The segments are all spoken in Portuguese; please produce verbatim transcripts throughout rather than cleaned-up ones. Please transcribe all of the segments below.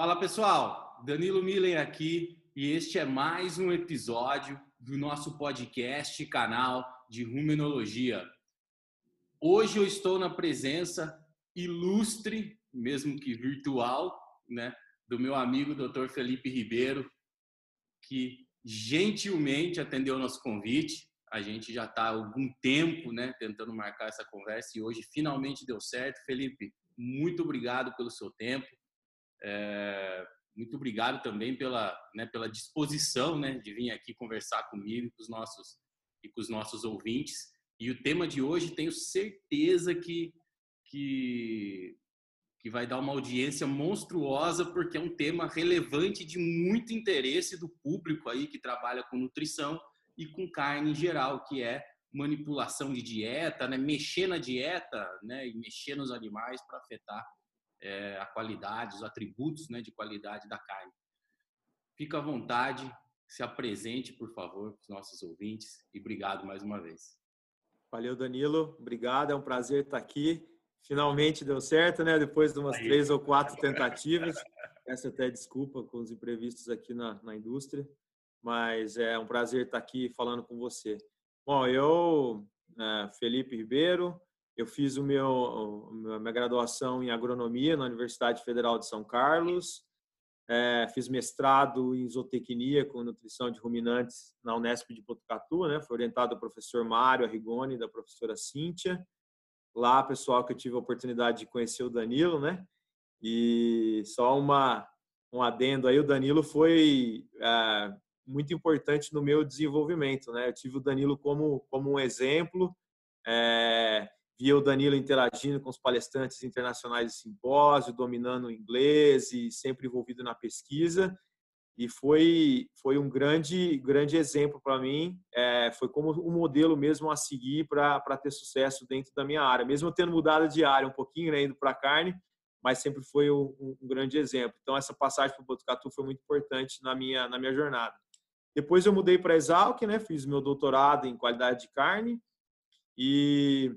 Fala pessoal, Danilo Miller aqui e este é mais um episódio do nosso podcast canal de Rumenologia. Hoje eu estou na presença ilustre, mesmo que virtual, né, do meu amigo doutor Felipe Ribeiro, que gentilmente atendeu o nosso convite. A gente já está há algum tempo, né, tentando marcar essa conversa e hoje finalmente deu certo. Felipe, muito obrigado pelo seu tempo. É, muito obrigado também pela, né, pela disposição, né, de vir aqui conversar comigo e com os nossos, e com os nossos ouvintes. E o tema de hoje tenho certeza que, que, que vai dar uma audiência monstruosa, porque é um tema relevante de muito interesse do público aí que trabalha com nutrição e com carne em geral, que é manipulação de dieta, né, mexer na dieta, né, e mexer nos animais para afetar É, a qualidade, os atributos, né, de qualidade da carne. Fica à vontade, se apresente, por favor, para os nossos ouvintes e obrigado mais uma vez. Valeu, Danilo. Obrigado, é um prazer estar aqui. Finalmente deu certo, né? Depois de umas Aí. três ou quatro tentativas. Peço até desculpa com os imprevistos aqui na, na indústria, mas é um prazer estar aqui falando com você. Bom, eu, é, Felipe Ribeiro, eu fiz o meu, a minha graduação em agronomia na Universidade Federal de São Carlos, é, fiz mestrado em zootecnia com nutrição de ruminantes na Unesp de Botucatu, né? Foi orientado pelo professor Mário Arrigoni, da professora Cíntia. Lá, pessoal, que eu tive a oportunidade de conhecer o Danilo, né? E só uma, um adendo aí, o Danilo foi é, muito importante no meu desenvolvimento, né? Eu tive o Danilo como, como um exemplo, é, via o Danilo interagindo com os palestrantes internacionais de simpósio, dominando o inglês e sempre envolvido na pesquisa. E foi, foi um grande, grande exemplo para mim. É, foi como um modelo mesmo a seguir para ter sucesso dentro da minha área. Mesmo eu tendo mudado de área um pouquinho, né, indo para a carne, mas sempre foi um, um grande exemplo. Então, essa passagem para o Botucatu foi muito importante na minha, na minha jornada. Depois eu mudei para a Exalc, né, fiz meu doutorado em qualidade de carne. E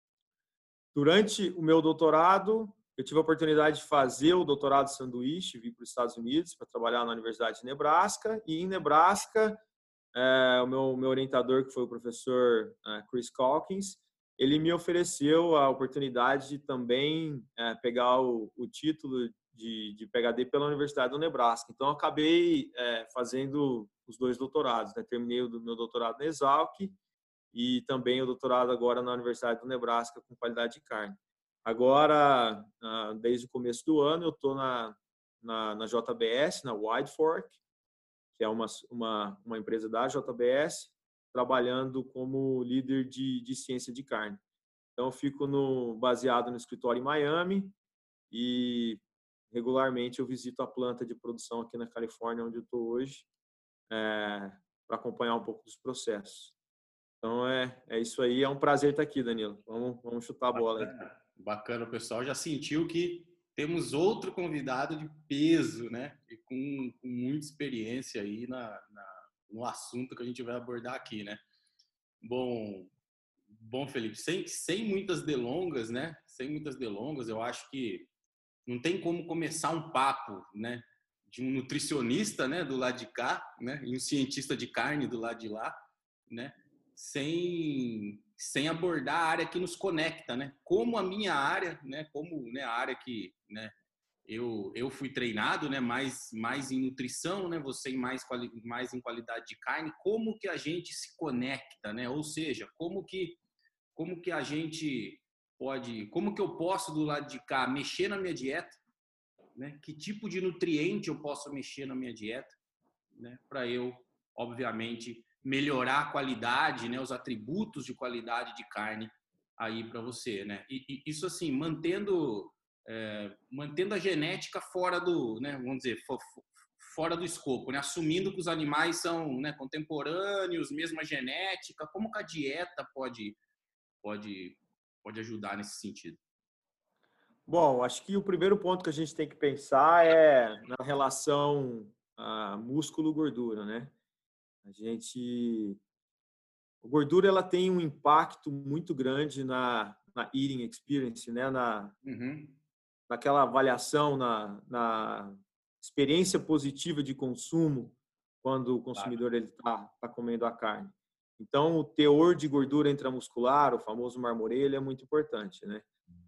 durante o meu doutorado, eu tive a oportunidade de fazer o doutorado de sanduíche, vim para os Estados Unidos para trabalhar na Universidade de Nebraska. E em Nebraska, é, o meu, meu orientador, que foi o professor é, Chris Calkins, ele me ofereceu a oportunidade de também é, pegar o, o título de, de P H D pela Universidade do Nebraska. Então, eu acabei é, fazendo os dois doutorados, né? Terminei o meu doutorado na Exalc e também o doutorado agora na Universidade do Nebraska com qualidade de carne. Agora, desde o começo do ano, eu estou na, na, na J B S, na Wide Fork, que é uma, uma, uma empresa da J B S, trabalhando como líder de, de ciência de carne. Então, eu fico no, baseado no escritório em Miami e regularmente eu visito a planta de produção aqui na Califórnia, onde eu estou hoje, é, para acompanhar um pouco dos processos. Então, é, é isso aí. É um prazer estar aqui, Danilo. Vamos, vamos chutar a bola aí. Bacana, bacana, o pessoal já sentiu que temos outro convidado de peso, né? E com, com muita experiência aí na, na, no assunto que a gente vai abordar aqui, né? Bom, bom, Felipe, sem, sem muitas delongas, né? Sem muitas delongas, eu acho que não tem como começar um papo, né? De um nutricionista, né? Do lado de cá, né? E um cientista de carne do lado de lá, né? Sem, sem abordar a área que nos conecta, né? Como a minha área, né? Como, né, a área que, né, eu, eu fui treinado, né? Mais, mais em nutrição, né? Você em mais, mais em qualidade de carne. Como que a gente se conecta, né? Ou seja, como que, como que a gente pode, como que eu posso do lado de cá mexer na minha dieta, né? Que tipo de nutriente eu posso mexer na minha dieta, né? Para eu, obviamente, melhorar a qualidade, né, os atributos de qualidade de carne aí para você, né? E, e isso assim, mantendo é, mantendo a genética fora do, né, vamos dizer, for, fora do escopo, né? Assumindo que os animais são, né, contemporâneos, mesma genética, como que a dieta pode pode pode ajudar nesse sentido? Bom, acho que o primeiro ponto que a gente tem que pensar é na relação ah, músculo-gordura, né? A gente, a gordura ela tem um impacto muito grande na, na eating experience, né? Na, Uhum. naquela avaliação, na, na experiência positiva de consumo quando o consumidor ele está tá comendo a carne. Então, o teor de gordura intramuscular, o famoso marmoreio, ele é muito importante, né?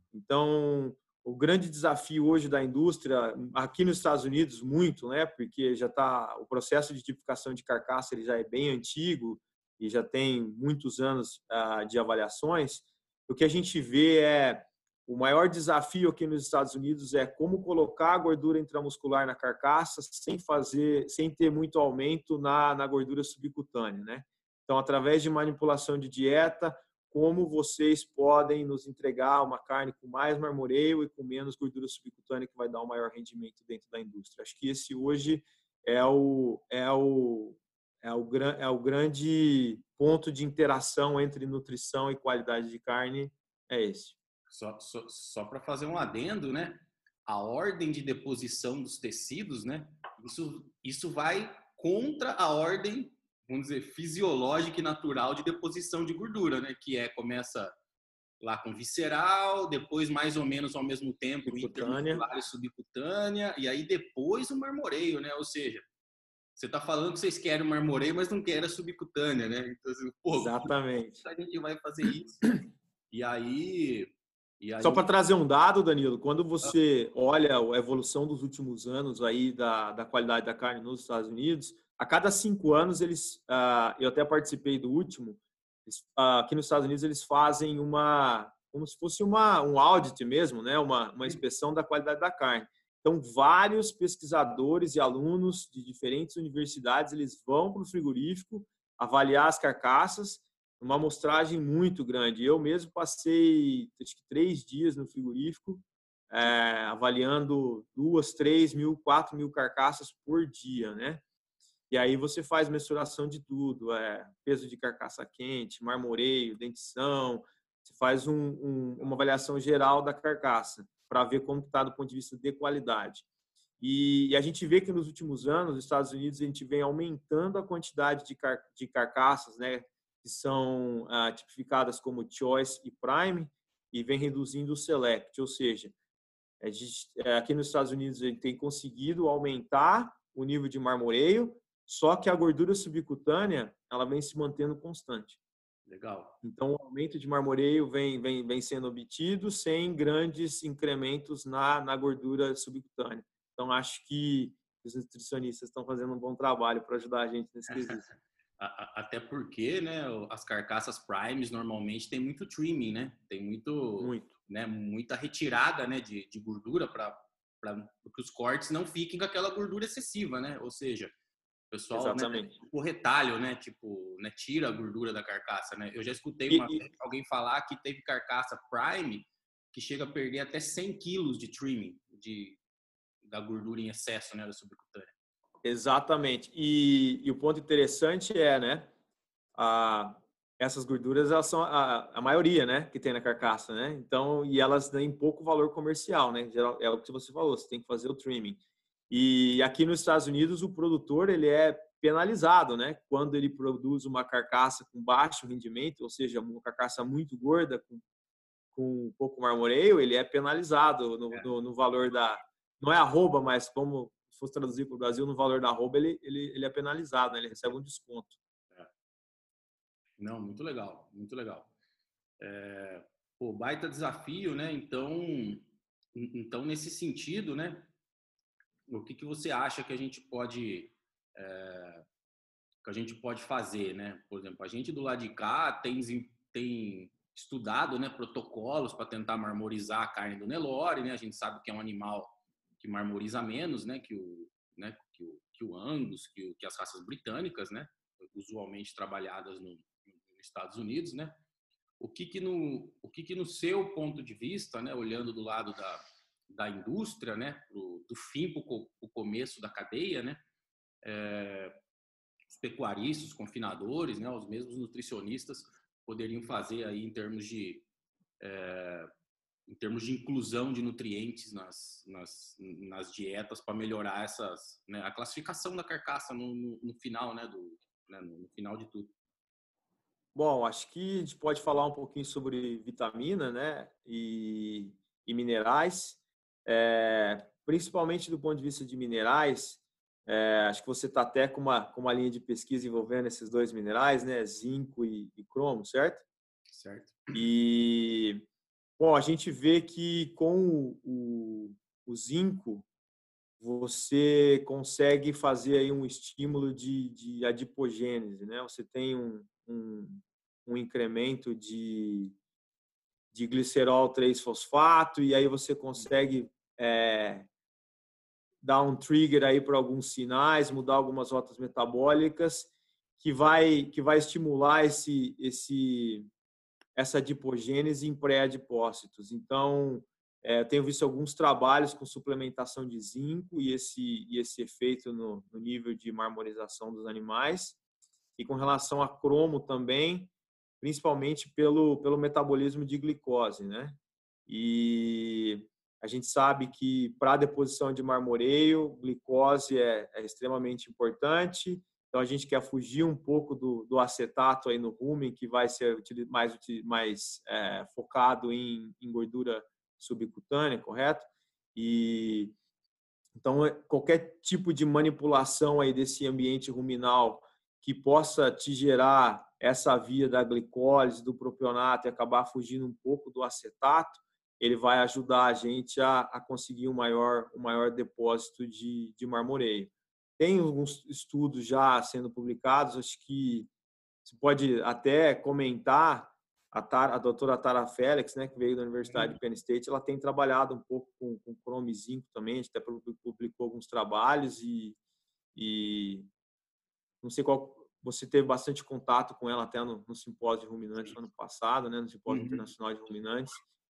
Então, o grande desafio hoje da indústria, aqui nos Estados Unidos, muito, né? Porque já está o processo de tipificação de carcaça, ele já é bem antigo e já tem muitos anos ah, de avaliações. O que a gente vê é o maior desafio aqui nos Estados Unidos é como colocar a gordura intramuscular na carcaça sem fazer, sem ter muito aumento na, na gordura subcutânea, né? Então, através de manipulação de dieta, como vocês podem nos entregar uma carne com mais marmoreio e com menos gordura subcutânea que vai dar um maior rendimento dentro da indústria. Acho que esse hoje é o, é o, é o, é o grande ponto de interação entre nutrição e qualidade de carne, é esse. Só, só, só para fazer um adendo, né? A ordem de deposição dos tecidos, né? Isso, isso vai contra a ordem, vamos dizer, fisiológica e natural de deposição de gordura, né? Que é, começa lá com visceral, depois mais ou menos ao mesmo tempo intermuscular e subcutânea, e aí depois o marmoreio, né? Ou seja, você está falando que vocês querem o marmoreio, mas não querem a subcutânea, né? Então, assim, pô, exatamente. Como a gente vai fazer isso? E aí... E aí... Só para trazer um dado, Danilo, quando você olha a evolução dos últimos anos aí da, da qualidade da carne nos Estados Unidos, a cada cinco anos eles, uh, eu até participei do último, eles, uh, aqui nos Estados Unidos eles fazem uma, como se fosse uma, um audit mesmo, né? uma, uma inspeção da qualidade da carne. Então, vários pesquisadores e alunos de diferentes universidades, eles vão para o frigorífico avaliar as carcaças, uma amostragem muito grande. Eu mesmo passei acho que três dias no frigorífico, é, avaliando duas, três mil, quatro mil carcaças por dia, né? E aí você faz mensuração de tudo, é, peso de carcaça quente, marmoreio, dentição, você faz um, um, uma avaliação geral da carcaça para ver como está do ponto de vista de qualidade. E, e a gente vê que nos últimos anos, nos Estados Unidos, a gente vem aumentando a quantidade de, car de carcaças, né? Que são ah, tipificadas como Choice e Prime, e vem reduzindo o Select, ou seja, a gente, aqui nos Estados Unidos a gente tem conseguido aumentar o nível de marmoreio, só que a gordura subcutânea ela vem se mantendo constante. Legal. Então, o aumento de marmoreio vem, vem, vem sendo obtido sem grandes incrementos na, na gordura subcutânea. Então, acho que os nutricionistas estão fazendo um bom trabalho para ajudar a gente nesse quesito. Até porque, né, as carcaças primes normalmente tem muito trimming, né? Tem muito, muito. Né, muita retirada, né, de, de gordura para que os cortes não fiquem com aquela gordura excessiva, né? Ou seja, o pessoal, né, o retalho, né, tipo, né, tira a gordura da carcaça, né? Eu já escutei uma e, vez alguém falar que teve carcaça prime que chega a perder até cem quilos de trimming, de, da gordura em excesso, né, da subcutânea. Exatamente. E, e o ponto interessante é, né, a, essas gorduras elas são a, a maioria, né, que tem na carcaça, né? Então, e elas têm pouco valor comercial, né? É o que você falou, você tem que fazer o trimming. E aqui nos Estados Unidos o produtor ele é penalizado, né? Quando ele produz uma carcaça com baixo rendimento, ou seja, uma carcaça muito gorda com, com pouco marmoreio, ele é penalizado no, no, no valor da, não é arroba, mas como se fosse traduzir para o Brasil, no valor da arroba, ele, ele, ele é penalizado, né? Ele recebe um desconto. É. Não, muito legal, muito legal. É, pô, baita desafio, né? Então, então, nesse sentido, né? O que, que você acha que a gente pode é, que a gente pode fazer, né? Por exemplo, a gente do lado de cá tem, tem estudado, né, protocolos para tentar marmorizar a carne do Nelore, né? A gente sabe que é um animal que marmoriza menos, né, que o, né, que o, que o Angus, que, o, que as raças britânicas, né, usualmente trabalhadas no, nos Estados Unidos, né. O que que no, o que que no seu ponto de vista, né, olhando do lado da, da indústria, né, pro, do fim para o começo da cadeia, né, é, os pecuaristas, os confinadores, né, os mesmos nutricionistas poderiam fazer aí em termos de é, em termos de inclusão de nutrientes nas, nas, nas dietas para melhorar essas, né, a classificação da carcaça no, no, no final, né, do, né, no final de tudo. Bom, acho que a gente pode falar um pouquinho sobre vitamina, né, e, e minerais. É, principalmente do ponto de vista de minerais, é, acho que você está até com uma, com uma linha de pesquisa envolvendo esses dois minerais, né? Zinco e, e cromo, certo? Certo. E, bom, a gente vê que com o, o, o zinco, você consegue fazer aí um estímulo de, de adipogênese, né? Você tem um, um, um incremento de, de glicerol três fosfato e aí você consegue é, dar um trigger aí para alguns sinais, mudar algumas rotas metabólicas que vai que vai estimular esse esse essa adipogênese em pré-adipócitos. Então, é, eu tenho visto alguns trabalhos com suplementação de zinco e esse e esse efeito no, no nível de marmorização dos animais. E com relação a cromo também, principalmente pelo pelo metabolismo de glicose, né? E a gente sabe que para a deposição de marmoreio, glicose é, é extremamente importante. Então a gente quer fugir um pouco do, do acetato aí no rumen, que vai ser mais, mais é, focado em, em gordura subcutânea, correto? E então qualquer tipo de manipulação aí desse ambiente ruminal que possa te gerar essa via da glicólise, do propionato e acabar fugindo um pouco do acetato, ele vai ajudar a gente a, a conseguir um maior, um maior depósito de, de marmoreio. Tem alguns estudos já sendo publicados, acho que você pode até comentar, a, Tara, a doutora Tara Félix, né, que veio da Universidade de Penn State, ela tem trabalhado um pouco com, com cromo e zinco também, a gente até publicou alguns trabalhos e, e não sei qual, você teve bastante contato com ela até no, no simpósio de ruminantes no ano passado, né, no simpósio uhum. internacional de ruminantes,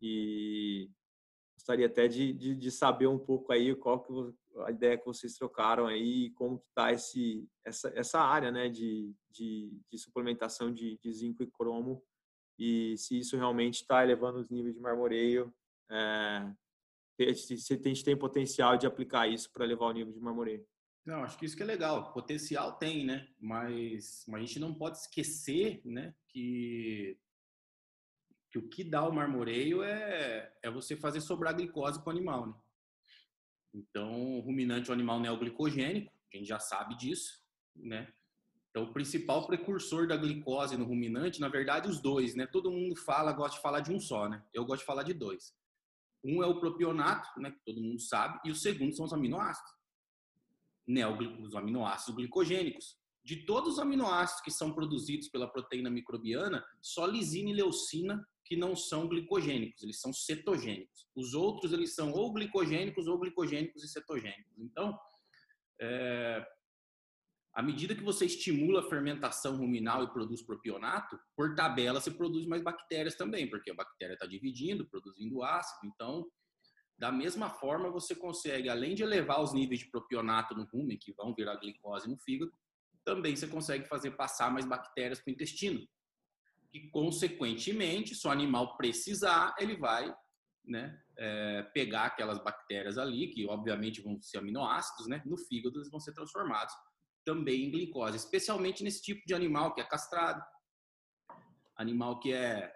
e gostaria até de, de, de saber um pouco aí qual que a ideia que vocês trocaram aí, como que está esse essa, essa área, né, de, de, de suplementação de, de zinco e cromo e se isso realmente está elevando os níveis de marmoreio, é, se a gente tem potencial de aplicar isso para elevar o nível de marmoreio. Não, acho que isso que é legal. Potencial tem, né? Mas, mas a gente não pode esquecer, né, que que o que dá o marmoreio é, é você fazer sobrar glicose para o animal, né? Então, o ruminante é um animal neoglicogênico, a gente já sabe disso, né? Então, o principal precursor da glicose no ruminante, na verdade, os dois, né? Todo mundo fala, gosta de falar de um só, né? Eu gosto de falar de dois. Um é o propionato, né? Que todo mundo sabe, e o segundo são os aminoácidos. Neoglicos, os aminoácidos glicogênicos. De todos os aminoácidos que são produzidos pela proteína microbiana, só lisina e leucina que não são glicogênicos, eles são cetogênicos. Os outros, eles são ou glicogênicos ou glicogênicos e cetogênicos. Então, é, à medida que você estimula a fermentação ruminal e produz propionato, por tabela você produz mais bactérias também, porque a bactéria está dividindo, produzindo ácido. Então, da mesma forma, você consegue, além de elevar os níveis de propionato no rumen, que vão virar glicose no fígado, também você consegue fazer passar mais bactérias para o intestino. E, consequentemente, se o animal precisar, ele vai, né, é, pegar aquelas bactérias ali, que obviamente vão ser aminoácidos, né, no fígado eles vão ser transformados também em glicose, especialmente nesse tipo de animal que é castrado, animal que é,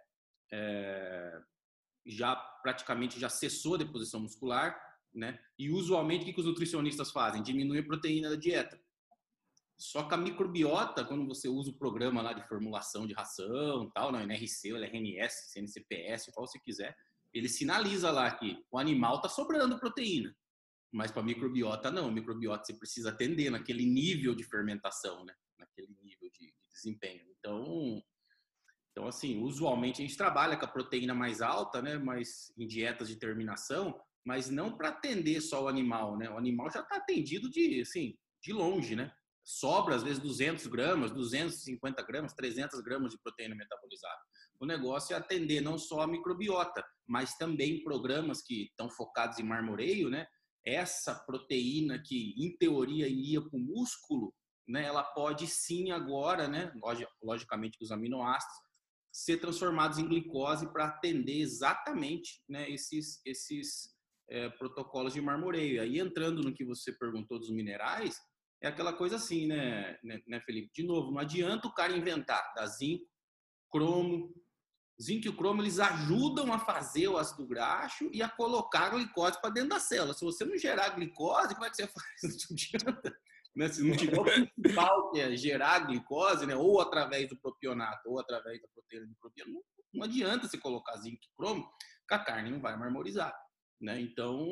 é já praticamente já cessou a deposição muscular, né? E usualmente o que os nutricionistas fazem? Diminuem a proteína da dieta. Só que a microbiota, quando você usa o programa lá de formulação de ração, tal, não, N R C, L R N S, C N C P S, qual você quiser, ele sinaliza lá que o animal está sobrando proteína. Mas para a microbiota, não. A microbiota você precisa atender naquele nível de fermentação, né? Naquele nível de, de desempenho. Então, então, assim, usualmente a gente trabalha com a proteína mais alta, né? Mas em dietas de terminação, mas não para atender só o animal, né? O animal já está atendido de, assim, de longe, né? Sobra, às vezes, duzentos gramas, duzentos e cinquenta gramas, trezentos gramas de proteína metabolizada. O negócio é atender não só a microbiota, mas também programas que estão focados em marmoreio, né? Essa proteína que, em teoria, iria para o músculo, né? Ela pode sim agora, né? Logicamente com os aminoácidos, ser transformados em glicose para atender exatamente, né, esses, esses é, protocolos de marmoreio. Aí, entrando no que você perguntou dos minerais, é aquela coisa assim, né, né, Felipe? De novo, não adianta o cara inventar da zinco, cromo, zinco e o cromo, eles ajudam a fazer o ácido graxo e a colocar a glicose para dentro da célula. Se você não gerar glicose, como é que você faz? Não adianta. Né? Se não tiver o principal, que é gerar glicose, né? Ou através do propionato, ou através da proteína de propiona, não, não adianta você colocar zinco e cromo, que a carne não vai marmorizar. Né? Então,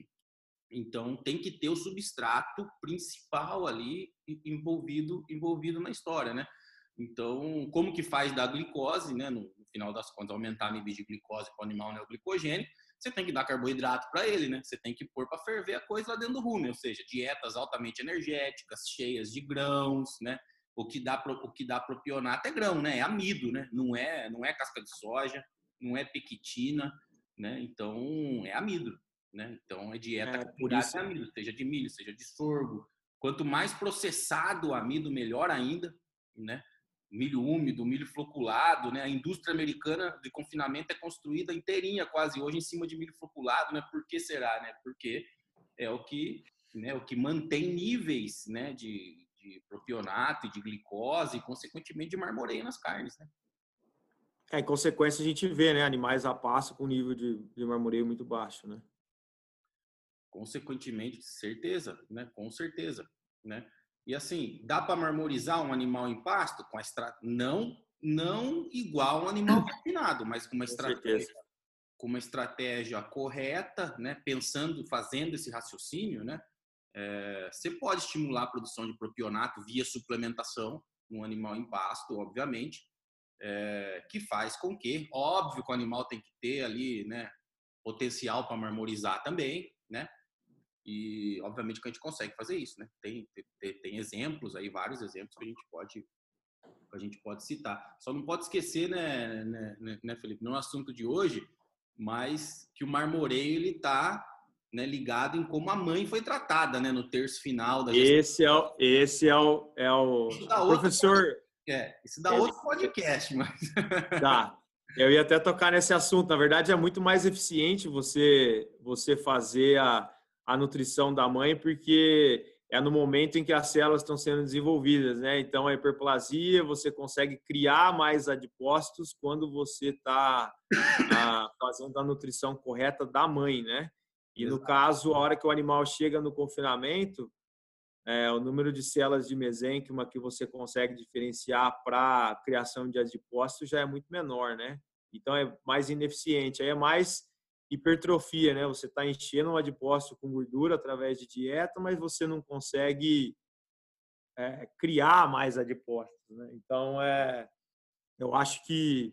então, tem que ter o substrato principal ali envolvido, envolvido na história. Né? Então, como que faz da glicose, né? No, no final das contas, aumentar a nível de glicose para o animal neoglicogênico, você tem que dar carboidrato para ele, né? Você tem que pôr para ferver a coisa lá dentro do rumen, ou seja, dietas altamente energéticas, cheias de grãos, né? O que dá o que dá propionato é grão, né? É amido, né? Não é não é casca de soja, não é pequitina, né? Então é amido, né? Então é dieta É, por carregada isso, de amido, seja de milho, seja de sorgo. Quanto mais processado o amido, melhor ainda, né? Milho úmido, milho floculado, né? A indústria americana de confinamento é construída inteirinha quase hoje em cima de milho floculado, né? Por que será, né? Porque é o que, né, o que mantém níveis, né, de, de propionato e de glicose e consequentemente de marmoreio nas carnes, né? é, em consequência, a gente vê, né, animais a pasto com nível de, de marmoreio muito baixo, né? Consequentemente, certeza, né? Com certeza, né? E assim, dá para marmorizar um animal em pasto com a estra... não não igual um animal confinado, mas com uma Com estratégia certeza. com uma estratégia correta, né? Pensando, fazendo esse raciocínio, né? É, você pode estimular a produção de propionato via suplementação no animal em pasto, obviamente, é, que faz com que, óbvio que o animal tem que ter ali, né? Potencial para marmorizar também, né? E, obviamente, que a gente consegue fazer isso, né? Tem, tem, tem exemplos aí, vários exemplos que a gente pode, que a gente pode citar. Só não pode esquecer, né, né, né, Felipe, não é o assunto de hoje, mas que o marmoreio, ele está, né, ligado em como a mãe foi tratada, né, no terço final da gestação. Esse é o, esse é o, é o, Isso dá o outro professor. podcast, é, isso dá É, outro podcast, mas... dá. Eu ia até tocar nesse assunto. Na verdade, é muito mais eficiente você você fazer a, a nutrição da mãe, porque é no momento em que as células estão sendo desenvolvidas, né? Então, a hiperplasia, você consegue criar mais adipócitos quando você está fazendo a nutrição correta da mãe, né? E no Exato. caso, a hora que o animal chega no confinamento, é, o número de células de mesênquima que você consegue diferenciar para a criação de adipócitos já é muito menor, né? Então é mais ineficiente, aí é mais hipertrofia, né? Você está enchendo um adipócito com gordura através de dieta, mas você não consegue é, criar mais adipócitos, né? Então é, eu acho que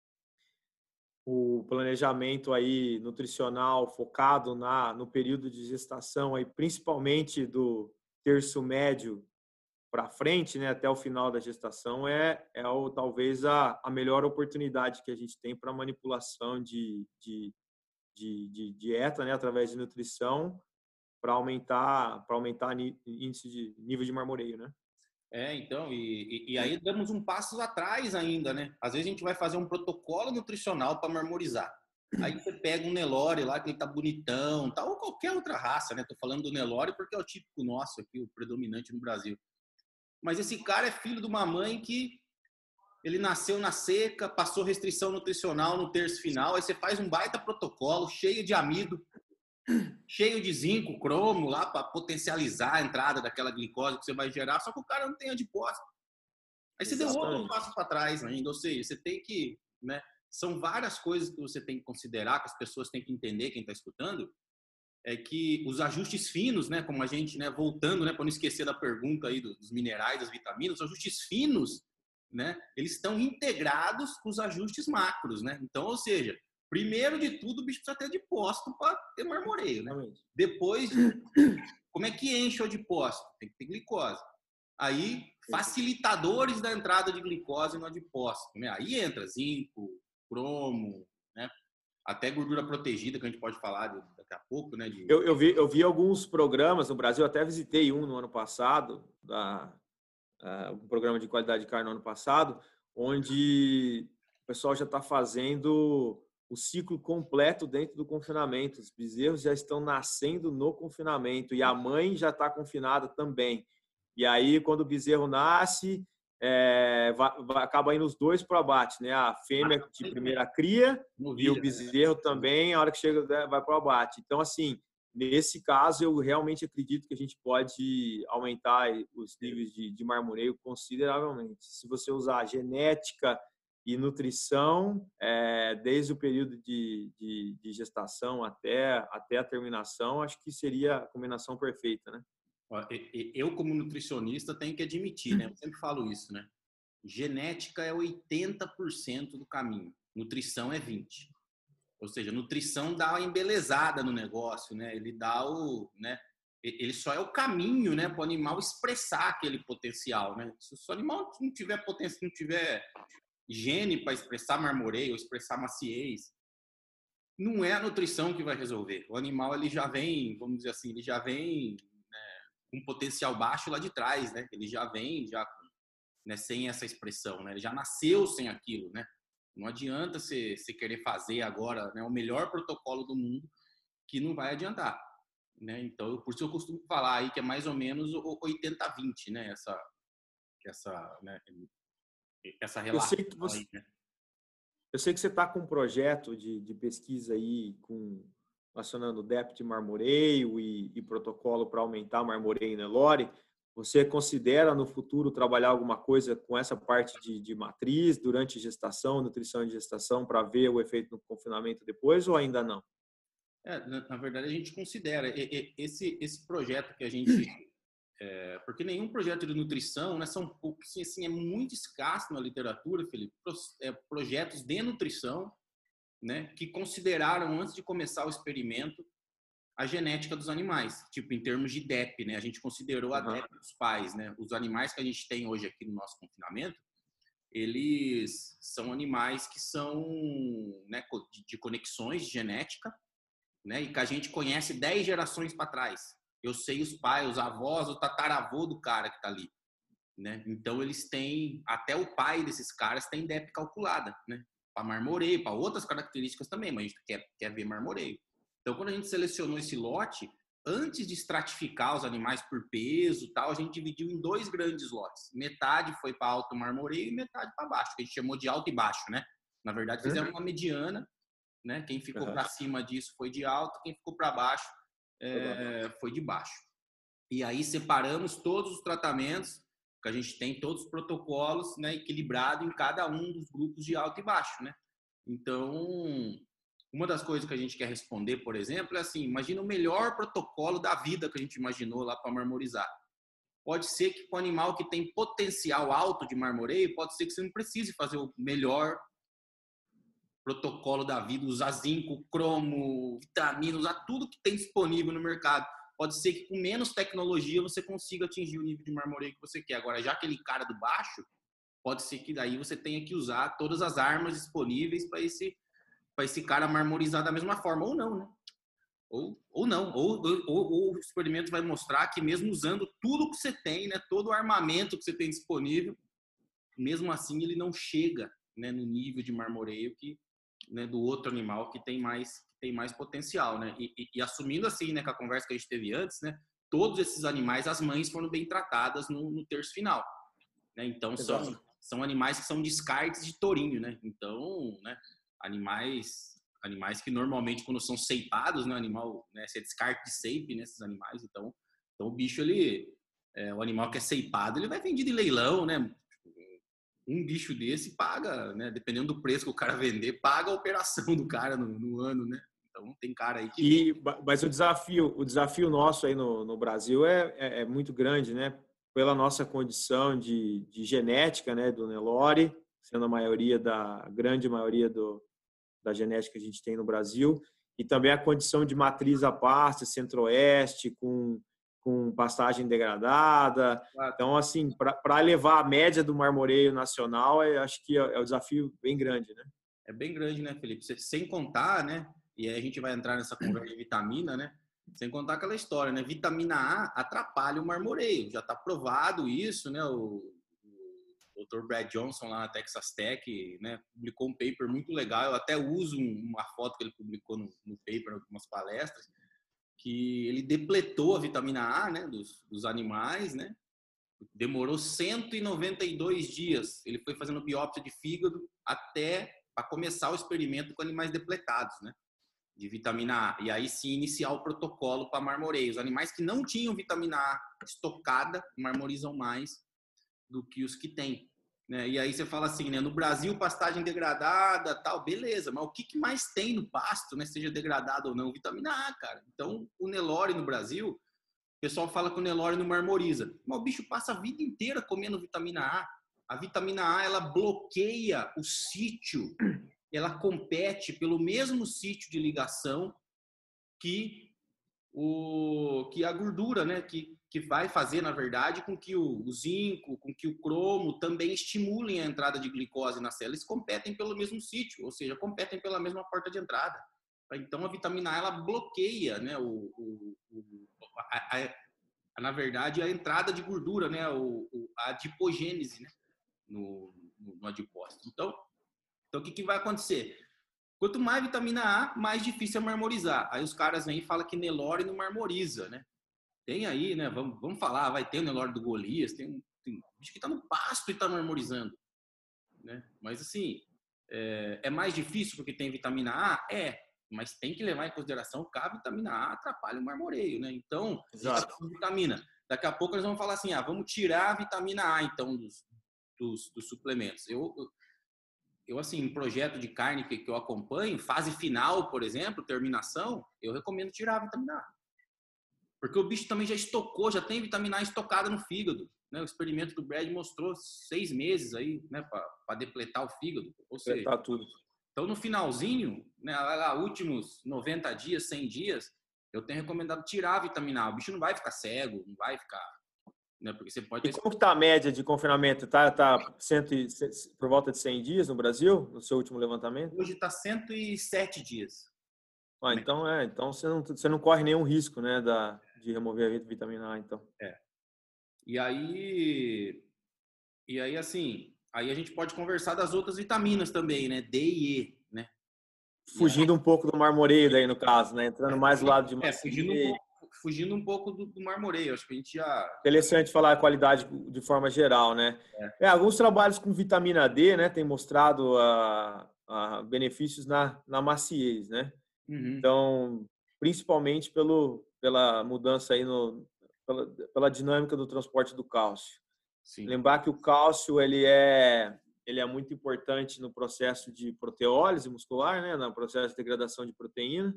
o planejamento aí nutricional focado na no período de gestação aí, principalmente do terço médio para frente, né, até o final da gestação, é, é o, talvez a, a melhor oportunidade que a gente tem para manipulação de, de, de, de dieta, né, através de nutrição, para aumentar, para aumentar índice de nível de marmoreio, né? É, então, e, e, e aí damos um passo atrás ainda, né? Às vezes a gente vai fazer um protocolo nutricional para marmorizar. Aí você pega um Nelore lá, que ele tá bonitão, tal, ou qualquer outra raça, né? Tô falando do Nelore porque é o típico nosso aqui, o predominante no Brasil. Mas esse cara é filho de uma mãe que ele nasceu na seca, passou restrição nutricional no terço final, aí você faz um baita protocolo cheio de amido, cheio de zinco, cromo lá para potencializar a entrada daquela glicose que você vai gerar, só que o cara não tem adipócito. Aí você deu outro Exatamente. passo para trás ainda, ou seja, você tem que, né? São várias coisas que você tem que considerar, que as pessoas têm que entender, quem está escutando, é que os ajustes finos, né, como a gente, né, voltando, né, para não esquecer da pergunta aí dos minerais, das vitaminas, os ajustes finos, né, eles estão integrados com os ajustes macros, né? Então, ou seja, primeiro de tudo, o bicho precisa ter adipócito para ter marmoreio, né? Exatamente. Depois, como é que enche o adipócito? Tem que ter glicose. Aí, facilitadores da entrada de glicose no adipócito, né? Aí entra zinco, cromo, né? Até gordura protegida, que a gente pode falar daqui a pouco, né? De... Eu, eu, vi, eu vi alguns programas no Brasil, até visitei um no ano passado, da, uh, um programa de qualidade de carne no ano passado, onde o pessoal já está fazendo o ciclo completo dentro do confinamento. Os bezerros já estão nascendo no confinamento e a mãe já está confinada também. E aí, quando o bezerro nasce, é, vai, vai, acaba indo os dois para o abate, né? A fêmea de primeira cria e o bezerro também, a hora que chega, vai para o abate. Então, assim, nesse caso, eu realmente acredito que a gente pode aumentar os níveis de, de marmoreio consideravelmente. Se você usar genética e nutrição, é, desde o período de, de, de gestação até, até a terminação, acho que seria a combinação perfeita, né? Eu, como nutricionista, tenho que admitir, né? Eu sempre falo isso, né? Genética é oitenta por cento do caminho, nutrição é vinte por cento. Ou seja, nutrição dá uma embelezada no negócio, né? Ele dá o, né? Ele só é o caminho, né, para o animal expressar aquele potencial, né? Se o animal não tiver potência, não tiver gene para expressar marmoreio, expressar maciez, não é a nutrição que vai resolver. O animal, ele já vem, vamos dizer assim, ele já vem, né, com potencial baixo lá de trás, né? Ele já vem já, né, sem essa expressão, né? Ele já nasceu sem aquilo, né? Não adianta você, você querer fazer agora, né, o melhor protocolo do mundo, que não vai adiantar, né? Então, por isso eu costumo falar aí que é mais ou menos oitenta a vinte, né? Essa, essa, né, essa relação. Eu sei que você, aí, né? eu sei que você está com um projeto de, de pesquisa aí com relacionando D E P de marmoreio e, e protocolo para aumentar marmoreio em Nelore. Você considera no futuro trabalhar alguma coisa com essa parte de, de matriz durante gestação, nutrição de gestação, para ver o efeito no confinamento depois, ou ainda não? É, na, na verdade, a gente considera esse, esse projeto que a gente... É, porque nenhum projeto de nutrição, né, são, assim, assim, é muito escasso na literatura, Felipe, é, projetos de nutrição, né, que consideraram, antes de começar o experimento, a genética dos animais, tipo, em termos de D E P, né? A gente considerou a uhum. D E P dos pais, né? Os animais que a gente tem hoje aqui no nosso confinamento, eles são animais que são, né, de conexões de genética, né? E que a gente conhece dez gerações para trás. Eu sei os pais, os avós, o tataravô do cara que tá ali, né? Então, eles têm, até o pai desses caras tem D E P calculada, né? Para marmoreio, para outras características também, mas a gente quer, quer ver marmoreio. Então, quando a gente selecionou esse lote, antes de estratificar os animais por peso e tal, a gente dividiu em dois grandes lotes. Metade foi para alto marmoreio e metade para baixo, que a gente chamou de alto e baixo, né? Na verdade, fizemos uma mediana, né? Quem ficou uhum. para cima disso foi de alto, quem ficou para baixo é, foi de baixo. E aí separamos todos os tratamentos, que a gente tem todos os protocolos, né, equilibrado em cada um dos grupos de alto e baixo, né? Então, uma das coisas que a gente quer responder, por exemplo, é assim, imagina o melhor protocolo da vida que a gente imaginou lá para marmorizar. Pode ser que com o animal que tem potencial alto de marmoreio, pode ser que você não precise fazer o melhor protocolo da vida, usar zinco, cromo, vitamina, usar tudo que tem disponível no mercado. Pode ser que com menos tecnologia você consiga atingir o nível de marmoreio que você quer. Agora, já aquele cara do baixo, pode ser que daí você tenha que usar todas as armas disponíveis para esse para esse cara marmorizar da mesma forma, ou não, né? Ou, ou não, ou, ou, ou o experimento vai mostrar que mesmo usando tudo que você tem, né, todo o armamento que você tem disponível, mesmo assim ele não chega, né, no nível de marmoreio que, né, do outro animal que tem mais, tem mais potencial, né? E, e, e assumindo assim, né, com a conversa que a gente teve antes, né, todos esses animais, as mães foram bem tratadas no, no terço final, né? Então são, são animais que são descartes de tourinho, né? Então, né, animais animais que normalmente quando são ceipados, né, animal, né, você descarte de ceipe nesses animais, então, então o bicho ele é, o animal que é ceipado, ele vai vendido em leilão, né? Um bicho desse paga, né, dependendo do preço que o cara vender, paga a operação do cara no, no ano, né? Então tem cara aí que e, mas o desafio, o desafio nosso aí no, no Brasil é, é, é muito grande, né? Pela nossa condição de, de genética, né, do Nelore, sendo a maioria da a grande maioria do da genética que a gente tem no Brasil, e também a condição de matriz a pasto, centro-oeste, com, com pastagem degradada. Então, assim, para levar a média do marmoreio nacional, eu acho que é um desafio bem grande, né? É bem grande, né, Felipe? Sem contar, né, e aí a gente vai entrar nessa conversa de vitamina, né, sem contar aquela história, né, vitamina A atrapalha o marmoreio, já está provado isso, né, o doutor Brad Johnson lá na Texas Tech, né, publicou um paper muito legal, eu até uso uma foto que ele publicou no, no paper, em algumas palestras, que ele depletou a vitamina A, né, dos, dos animais, né, Demorou cento e noventa e dois dias. Ele foi fazendo biópsia de fígado até para começar o experimento com animais depletados, né? De vitamina A. E aí sim iniciar o protocolo para marmoreio. Os animais que não tinham vitamina A estocada marmorizam mais do que os que têm. Né? E aí você fala assim, né? No Brasil, pastagem degradada, tal, beleza. Mas o que, que mais tem no pasto, né? Seja degradado ou não? Vitamina A, cara. Então, o Nelore no Brasil, o pessoal fala que o Nelore não marmoriza. Mas o bicho passa a vida inteira comendo vitamina A. A vitamina A, ela bloqueia o sítio, ela compete pelo mesmo sítio de ligação que, o, que a gordura, né? Que, que vai fazer, na verdade, com que o, o zinco, com que o cromo também estimulem a entrada de glicose na célula. Eles competem pelo mesmo sítio, ou seja, competem pela mesma porta de entrada. Então, a vitamina A, ela bloqueia, né? O, o, o a, a, na verdade, a entrada de gordura, né? O, o, a adipogênese, né? No, no, no adipócito. Então, então, o que, que vai acontecer? Quanto mais vitamina A, mais difícil é marmorizar. Aí os caras vêm e falam que Nelore não marmoriza, né? Tem aí, né? Vamos, vamos falar, vai ter o Nelore do Golias, tem, tem bicho que tá no pasto e tá marmorizando, né? Mas assim, é, é mais difícil porque tem vitamina A? É, mas tem que levar em consideração que a vitamina A atrapalha o marmoreio, né? Então, a gente tá falando de vitamina. Daqui a pouco eles vão falar assim, ah, vamos tirar a vitamina A, então, dos, dos, dos suplementos. Eu, eu, eu, assim, em projeto de carne que, que eu acompanho, fase final, por exemplo, terminação, eu recomendo tirar a vitamina A. Porque o bicho também já estocou, já tem vitamina A estocada no fígado. Né? O experimento do Brad mostrou seis meses aí, né, para depletar o fígado. Ou seja, depletar tudo. Então no finalzinho, né, lá, últimos noventa dias, cem dias, eu tenho recomendado tirar a vitamina A. O bicho não vai ficar cego, não vai ficar, né, porque você pode ter... E como que tá a média de confinamento? Tá, tá cento, por volta de cem dias no Brasil, no seu último levantamento? Hoje está cento e sete dias. Ah, então é, então você não, você não corre nenhum risco, né, da, de remover a vitamina A, então. É. E aí, e aí assim, aí a gente pode conversar das outras vitaminas também, né, D e E, né? Fugindo um pouco do marmoreio daí, no caso, né, entrando mais do lado de É, fugindo um maciez. pouco, fugindo um pouco do, do marmoreio. Acho que a gente já... Interessante falar a qualidade de forma geral, né? É. É, alguns trabalhos com vitamina D, né, têm mostrado a, a benefícios na, na maciez, né? Uhum. Então, principalmente pelo, pela mudança aí no, pela, pela dinâmica do transporte do cálcio. Sim. Lembrar que o cálcio ele é, ele é muito importante no processo de proteólise muscular, né, no processo de degradação de proteína,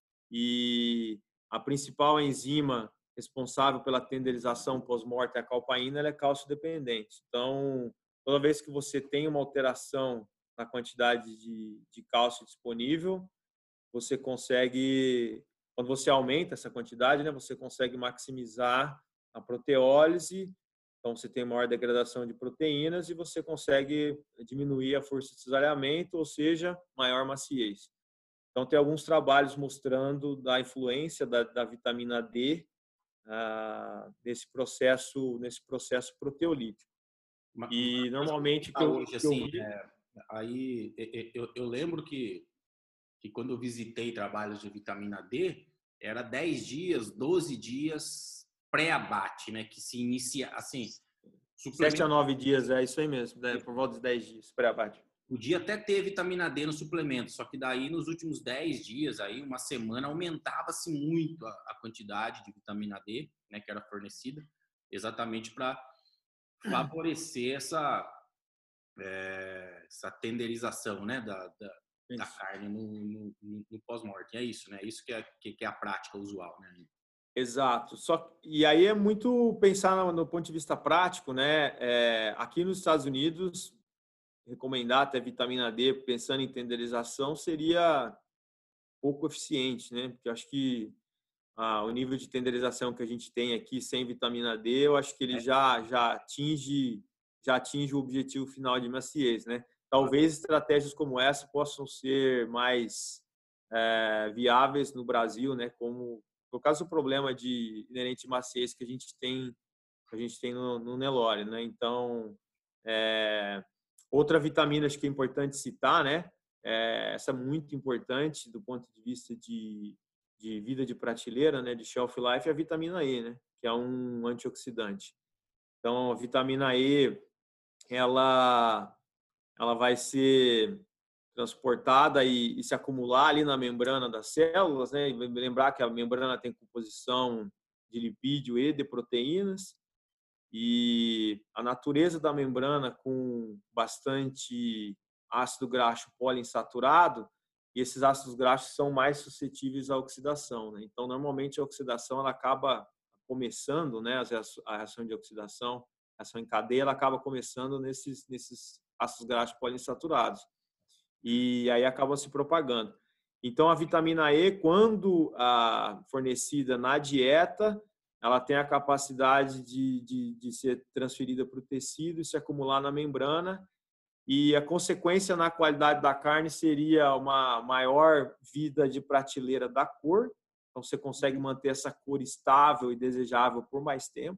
e a principal enzima responsável pela tenderização pós-morte, a calpaína, ela é cálcio dependente. Então, toda vez que você tem uma alteração na quantidade de, de cálcio disponível, você consegue, quando você aumenta essa quantidade, né, você consegue maximizar a proteólise, então você tem maior degradação de proteínas e você consegue diminuir a força de cisalhamento, ou seja, maior maciez. Então tem alguns trabalhos mostrando da influência da, da vitamina D ah, nesse processo, nesse processo proteolítico. E normalmente o que eu, hoje, que eu assim, vi... é, aí eu, eu lembro que que quando eu visitei trabalhos de vitamina D, era dez dias, doze dias pré-abate, né? Que se inicia, assim, sete a nove dias, é isso aí mesmo, né? Por volta de dez dias, pré-abate. Podia até ter vitamina D no suplemento, só que daí nos últimos dez dias, aí uma semana, aumentava-se muito a, a quantidade de vitamina D, né? Que era fornecida, exatamente para favorecer essa, é, essa tenderização, né? Da, da, da carne no, no, no pós-morte. É isso, né? Isso que é, que, que é a prática usual, né? Exato. Só, e aí é muito pensar no, no ponto de vista prático, né? É, aqui nos Estados Unidos, recomendar até vitamina D, pensando em tenderização, seria pouco eficiente, né? Porque eu acho que ah, o nível de tenderização que a gente tem aqui sem vitamina D, eu acho que ele já, já, atinge, já atinge o objetivo final de maciez, né? Talvez estratégias como essa possam ser mais é, viáveis no Brasil, né? Como por causa do problema de inerente maciez que a gente tem, que a gente tem no, no Nelore, né? Então, é, outra vitamina acho que é importante citar, né? É, essa é muito importante do ponto de vista de, de vida de prateleira, né? De shelf life, é a vitamina E, né? Que é um antioxidante. Então, a vitamina E, ela, ela vai ser transportada e, e se acumular ali na membrana das células, né? E lembrar que a membrana tem composição de lipídio e de proteínas, e a natureza da membrana com bastante ácido graxo poliinsaturado, e esses ácidos graxos são mais suscetíveis à oxidação, né? Então, normalmente a oxidação ela acaba começando, né, a reação de oxidação, a reação em cadeia, ela acaba começando nesses nesses ácidos graxos poliinsaturados. E aí acaba se propagando. Então, a vitamina E, quando ah, fornecida na dieta, ela tem a capacidade de, de, de ser transferida para o tecido e se acumular na membrana. E a consequência na qualidade da carne seria uma maior vida de prateleira da cor. Então, você consegue manter essa cor estável e desejável por mais tempo.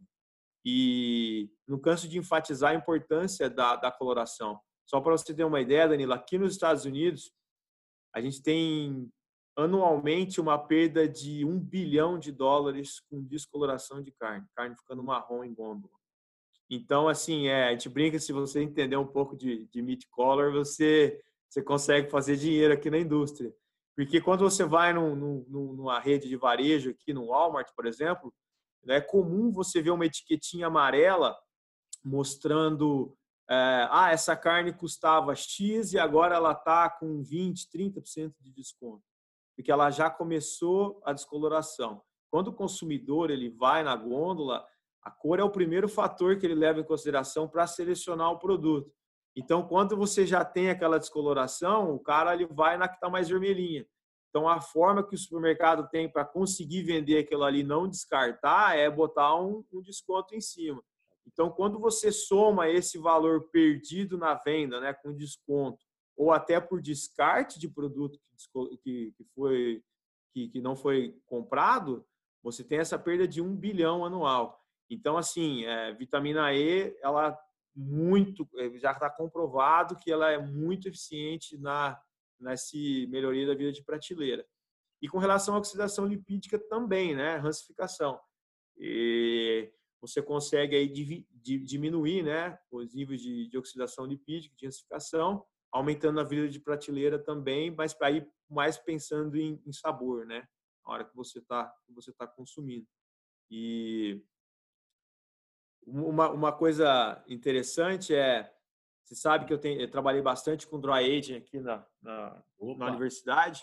E não canso de enfatizar a importância da, da coloração. Só para você ter uma ideia, Danilo, aqui nos Estados Unidos, a gente tem anualmente uma perda de um bilhão de dólares com descoloração de carne, carne ficando marrom em gôndola. Então, assim, é, a gente brinca, se você entender um pouco de, de meat color, você, você consegue fazer dinheiro aqui na indústria. Porque quando você vai num, num, numa rede de varejo, aqui no Walmart, por exemplo, é comum você ver uma etiquetinha amarela mostrando, é, ah, essa carne custava X e agora ela está com vinte, trinta por cento de desconto, porque ela já começou a descoloração. Quando o consumidor ele vai na gôndola, a cor é o primeiro fator que ele leva em consideração para selecionar o produto. Então, quando você já tem aquela descoloração, o cara ele vai na que está mais vermelhinha. Então, a forma que o supermercado tem para conseguir vender aquilo ali, não descartar, é botar um, um desconto em cima. Então, quando você soma esse valor perdido na venda, né, com desconto, ou até por descarte de produto que, que, foi, que, que não foi comprado, você tem essa perda de um bilhão anual. Então, assim, é, vitamina E, ela muito, já está comprovado que ela é muito eficiente na nessa melhoria da vida de prateleira. E com relação à oxidação lipídica também, né, rancificação. E você consegue aí diminuir, né, os níveis de, de oxidação lipídica, de rancificação, aumentando a vida de prateleira também, mas aí mais pensando em, em sabor, né, na hora que você está você tá consumindo. E uma, uma coisa interessante é, você sabe que eu, tenho, eu trabalhei bastante com dry aging aqui na, na, na universidade,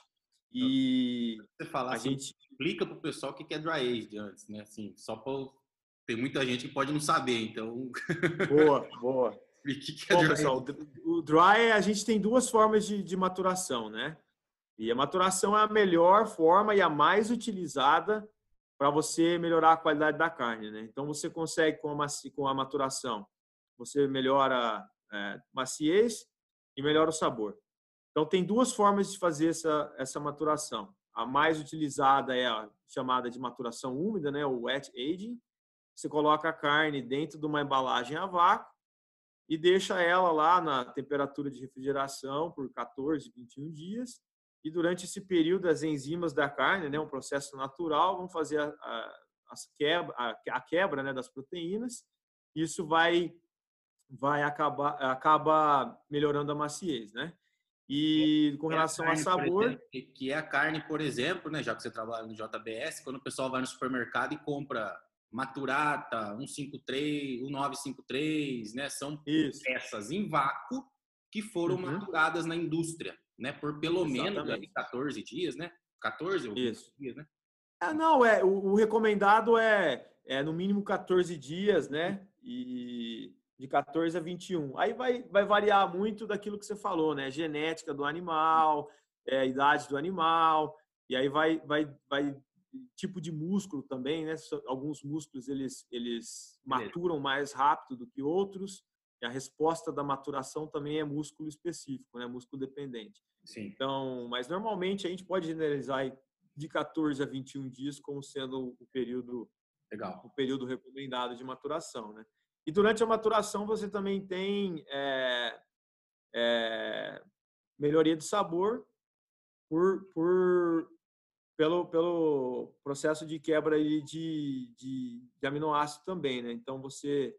e você falar a assim, gente explica para o pessoal o que é dry aging antes, né? Assim, só para tem muita gente que pode não saber, então. Boa, boa. O que é Bom, dry pessoal, o dry, a gente tem duas formas de, de maturação, né? E a maturação é a melhor forma e a mais utilizada para você melhorar a qualidade da carne, né? Então, você consegue com a, maci, com a maturação, você melhora é, maciez e melhora o sabor. Então, tem duas formas de fazer essa, essa maturação. A mais utilizada é a chamada de maturação úmida, né? O wet aging. Você coloca a carne dentro de uma embalagem a vácuo e deixa ela lá na temperatura de refrigeração por quatorze, vinte e um dias. E durante esse período, as enzimas da carne, né, um processo natural, vão fazer a, a, as quebra, a, a quebra, né, das proteínas. Isso vai, vai acabar acaba melhorando a maciez, né? E com relação a sabor... Exemplo, que é a carne, por exemplo, né, já que você trabalha no J B S, quando o pessoal vai no supermercado e compra Maturata, cento e cinquenta e três, cento e noventa e cinco três, né? São Isso. peças em vácuo que foram uhum. maturadas na indústria, né? Por pelo Exatamente. menos ali, quatorze dias, né? quatorze ou Isso. dias, né? Ah, não, é, o, o recomendado é, é no mínimo quatorze dias, né? E de quatorze a vinte e um. Aí vai, vai variar muito daquilo que você falou, né? Genética do animal, é, idade do animal, e aí vai, vai, vai tipo de músculo também, né? Alguns músculos eles, eles maturam mais rápido do que outros, e a resposta da maturação também é músculo específico, né? Músculo dependente. Sim. Então, mas normalmente a gente pode generalizar de quatorze a vinte e um dias como sendo o período, Legal. o período recomendado de maturação, né? E durante a maturação você também tem é, é, melhoria de sabor por, por pelo, pelo processo de quebra de, de, de aminoácido também, né? Então, você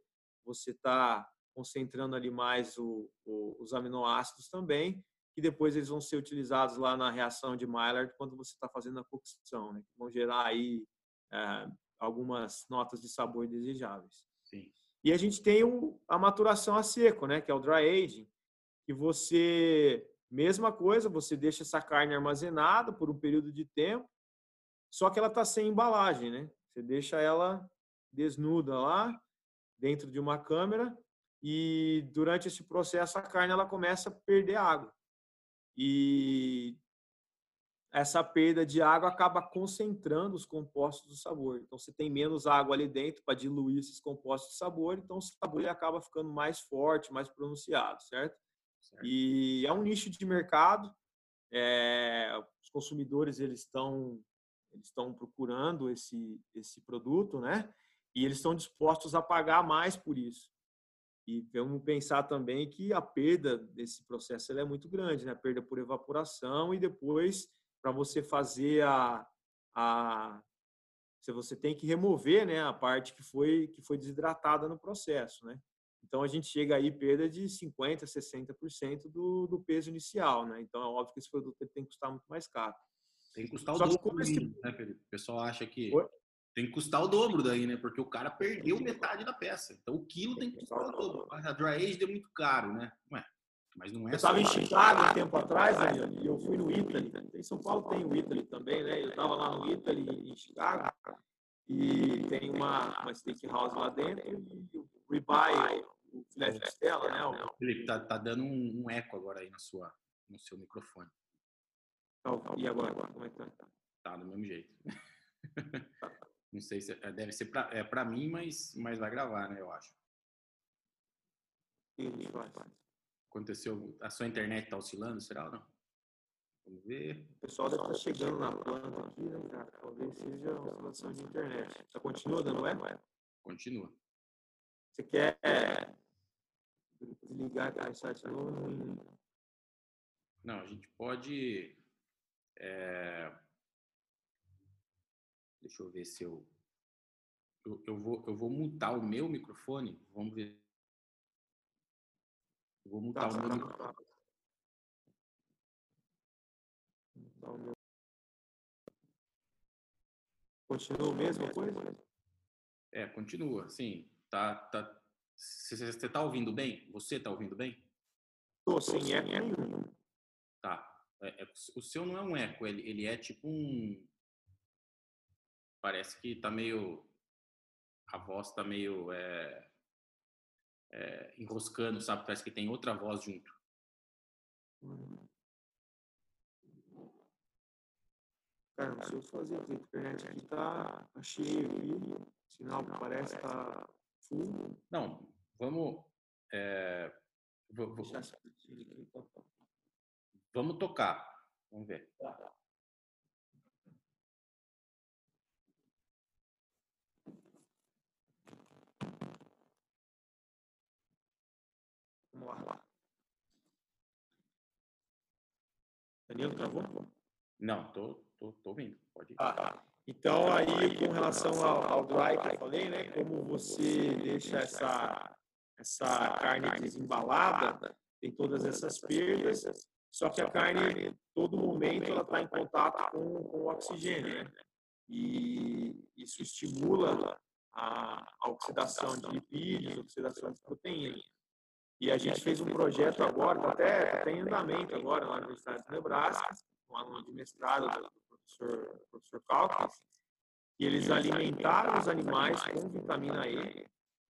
você está concentrando ali mais o, o, os aminoácidos também, que depois eles vão ser utilizados lá na reação de Maillard quando você está fazendo a cocção, né? Que vão gerar aí é, algumas notas de sabor desejáveis. Sim. E a gente tem o, a maturação a seco, né? Que é o dry aging, que você, mesma coisa, você deixa essa carne armazenada por um período de tempo, só que ela está sem embalagem, né? Você deixa ela desnuda lá, dentro de uma câmera, e durante esse processo a carne ela começa a perder água. E essa perda de água acaba concentrando os compostos do sabor. Então, você tem menos água ali dentro para diluir esses compostos de sabor, então o sabor acaba ficando mais forte, mais pronunciado, certo? certo. E é um nicho de mercado. É, os consumidores eles estão eles estão procurando esse esse produto, né? E eles estão dispostos a pagar mais por isso. E vamos pensar também que a perda desse processo ela é muito grande, né? A perda por evaporação e depois para você fazer a, a se você tem que remover, né, a parte que foi que foi desidratada no processo, né? Então a gente chega aí perda de cinquenta, sessenta por cento do, do peso inicial, né? Então é óbvio que esse produto tem que custar muito mais caro. Tem que custar o Só dobro, como esse... né, Felipe? O pessoal acha que Oi? tem que custar o dobro daí, né? Porque o cara perdeu metade da peça. Então o quilo tem que custar o dobro. A dry age é muito caro, né? Ué, mas não é eu estava em Chicago um tempo atrás, Daniel, e eu fui no Italy. Em São Paulo tem o Italy também, né? Eu estava lá no Italy, em Chicago, e tem uma, uma steakhouse lá dentro e o ribeye, o filé de costela, né? O... Felipe, tá, tá dando um, um eco agora aí na sua, no seu microfone. E agora? Como é que tá? Tá do mesmo jeito. Não sei se deve ser pra, é para mim, mas, mas vai gravar, né? Eu acho. Aconteceu, a sua internet tá oscilando, será ou não? Vamos ver. O pessoal deve estar chegando na planta aqui, né, cara? Talvez seja a oscilação de internet. Tá continua dando eco? Continua. Você quer desligar o site novo? Não, a gente pode. É... Deixa eu ver se eu... eu. Eu vou, eu vou mutar o meu microfone. Vamos ver. Eu vou mutar tá, o meu tá, microfone. Tá. Continua a mesma coisa? É, continua. Sim. Tá, tá. Você está ouvindo bem? Você está ouvindo bem? Estou sem eco nenhum. Tá. É, é, o seu não é um eco, ele, ele é tipo um... Parece que tá meio... A voz tá meio é, é, enroscando, sabe? Parece que tem outra voz junto. Cara, não sei o que fazer, porque a internet aqui tá, tá cheio aqui, o sinal que parece tá full. Não, vamos... É, vamos, vamos tocar. Vamos ver. Tá. Vamos lá. Danilo, travou? Não, tô, tô, tô ouvindo. Pode ir. Ah, então, aí, com relação ao, ao dry que eu falei, né? Como você deixa essa, essa carne desembalada, tem todas essas perdas, só que a carne, todo momento, ela está em contato com, com o oxigênio, né? E isso estimula a, a oxidação de lipídios, oxidação de proteínas. E a gente fez um projeto agora, está até, até em andamento agora na Universidade de Nebraska, um aluno de mestrado do professor, professor Calkins, que eles alimentaram os animais com vitamina E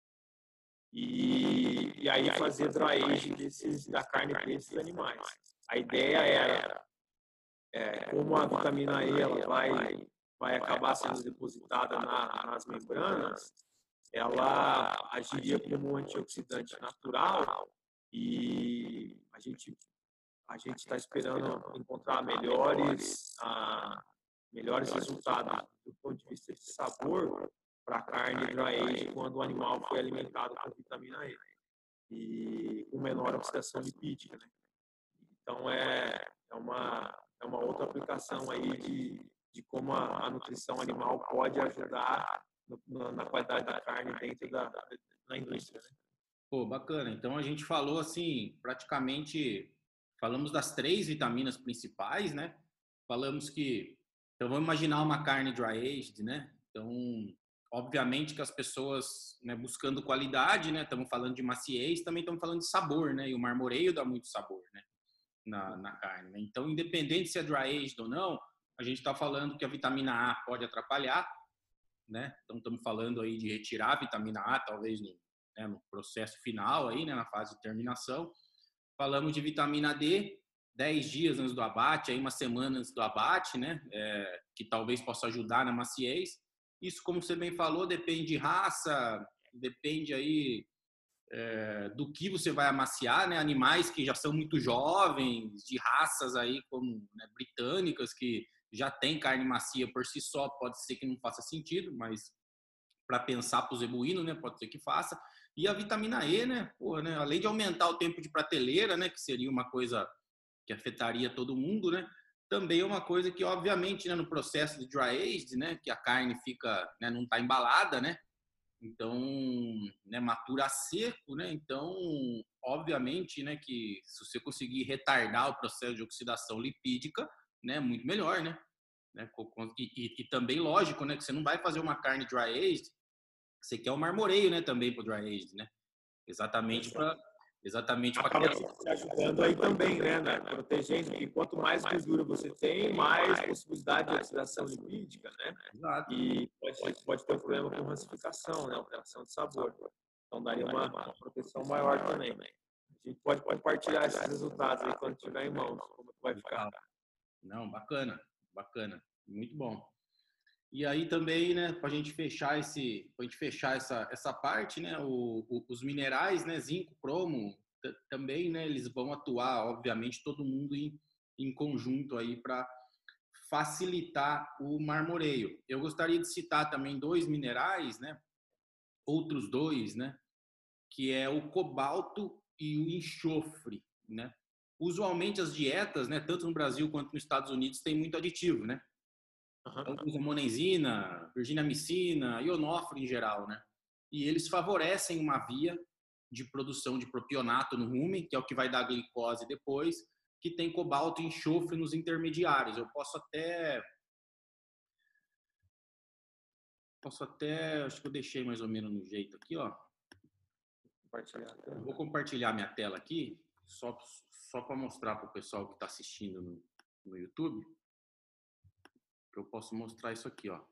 e, e aí fazer dry aging desses, da carne desses animais. A ideia era, é, como a vitamina E ela vai, vai acabar sendo depositada na, nas membranas, ela agiria como um antioxidante natural e a gente a gente está esperando encontrar melhores ah, melhores resultados do ponto de vista de sabor para a carne dry age quando o animal foi alimentado com vitamina E e com menor oxidação lipídica, né? Então é, é uma é uma outra aplicação aí de, de como a, a nutrição animal pode ajudar no, na, na qualidade da carne dentro da, na indústria, né? Pô, bacana. Então a gente falou assim, praticamente, falamos das três vitaminas principais, né? Falamos que, então vamos imaginar uma carne dry aged, né? Então, obviamente que as pessoas, né, buscando qualidade, né? Estamos falando de maciez, também estamos falando de sabor, né? E o marmoreio dá muito sabor, né? Na, na carne, né? Então, independente se é dry aged ou não, a gente está falando que a vitamina A pode atrapalhar, né? Então, estamos falando aí de retirar a vitamina A, talvez no, né, no processo final aí, né, na fase de terminação. Falamos de vitamina D, dez dias antes do abate, aí uma semana antes do abate, né, é, que talvez possa ajudar na maciez. Isso, como você bem falou, depende de raça, depende aí é, do que você vai amaciar, né? Animais que já são muito jovens, de raças aí como, né, britânicas, que já tem carne macia por si só, pode ser que não faça sentido, mas para pensar para o zebuíno, né, pode ser que faça. E a vitamina E, né, pô, né, além de aumentar o tempo de prateleira, né, que seria uma coisa que afetaria todo mundo, né, também é uma coisa que, obviamente, né, no processo de dry aged, né, que a carne fica, né, não está embalada, né, então, né, matura a seco, né, então, obviamente, né, que se você conseguir retardar o processo de oxidação lipídica, né, muito melhor, né, né, e, e, e também, lógico, né, que você não vai fazer uma carne dry aged, você quer o marmoreio, né, também para o dry aged, né, exatamente para exatamente para acaba te ajudando aí também, né, né, protegendo, que quanto mais gordura você tem, mais possibilidade de oxidação lipídica, né, Exato. e pode, pode ter um problema com racificação, né, alteração de sabor, então daria uma, uma proteção maior também. A gente pode compartilhar esses resultados aí quando tiver em mãos, como vai ficar. Não, bacana, bacana, muito bom. E aí também, né, para a gente fechar esse, para gente fechar essa essa parte, né, o, o, os minerais, né, zinco, cromo, também, né, eles vão atuar, obviamente, todo mundo em, em conjunto aí para facilitar o marmoreio. Eu gostaria de citar também dois minerais, né, outros dois, né, que é o cobalto e o enxofre, né. Usualmente as dietas, né, tanto no Brasil quanto nos Estados Unidos, tem muito aditivo, né. Então, usa monenzina, virginamicina, ionofre em geral, né? E eles favorecem uma via de produção de propionato no rumen, que é o que vai dar glicose depois, que tem cobalto e enxofre nos intermediários. Eu posso até posso até, acho que eu deixei mais ou menos no jeito aqui, ó. Eu vou compartilhar minha tela aqui, só só para mostrar para o pessoal que está assistindo no, no YouTube. Eu posso mostrar isso aqui, ó.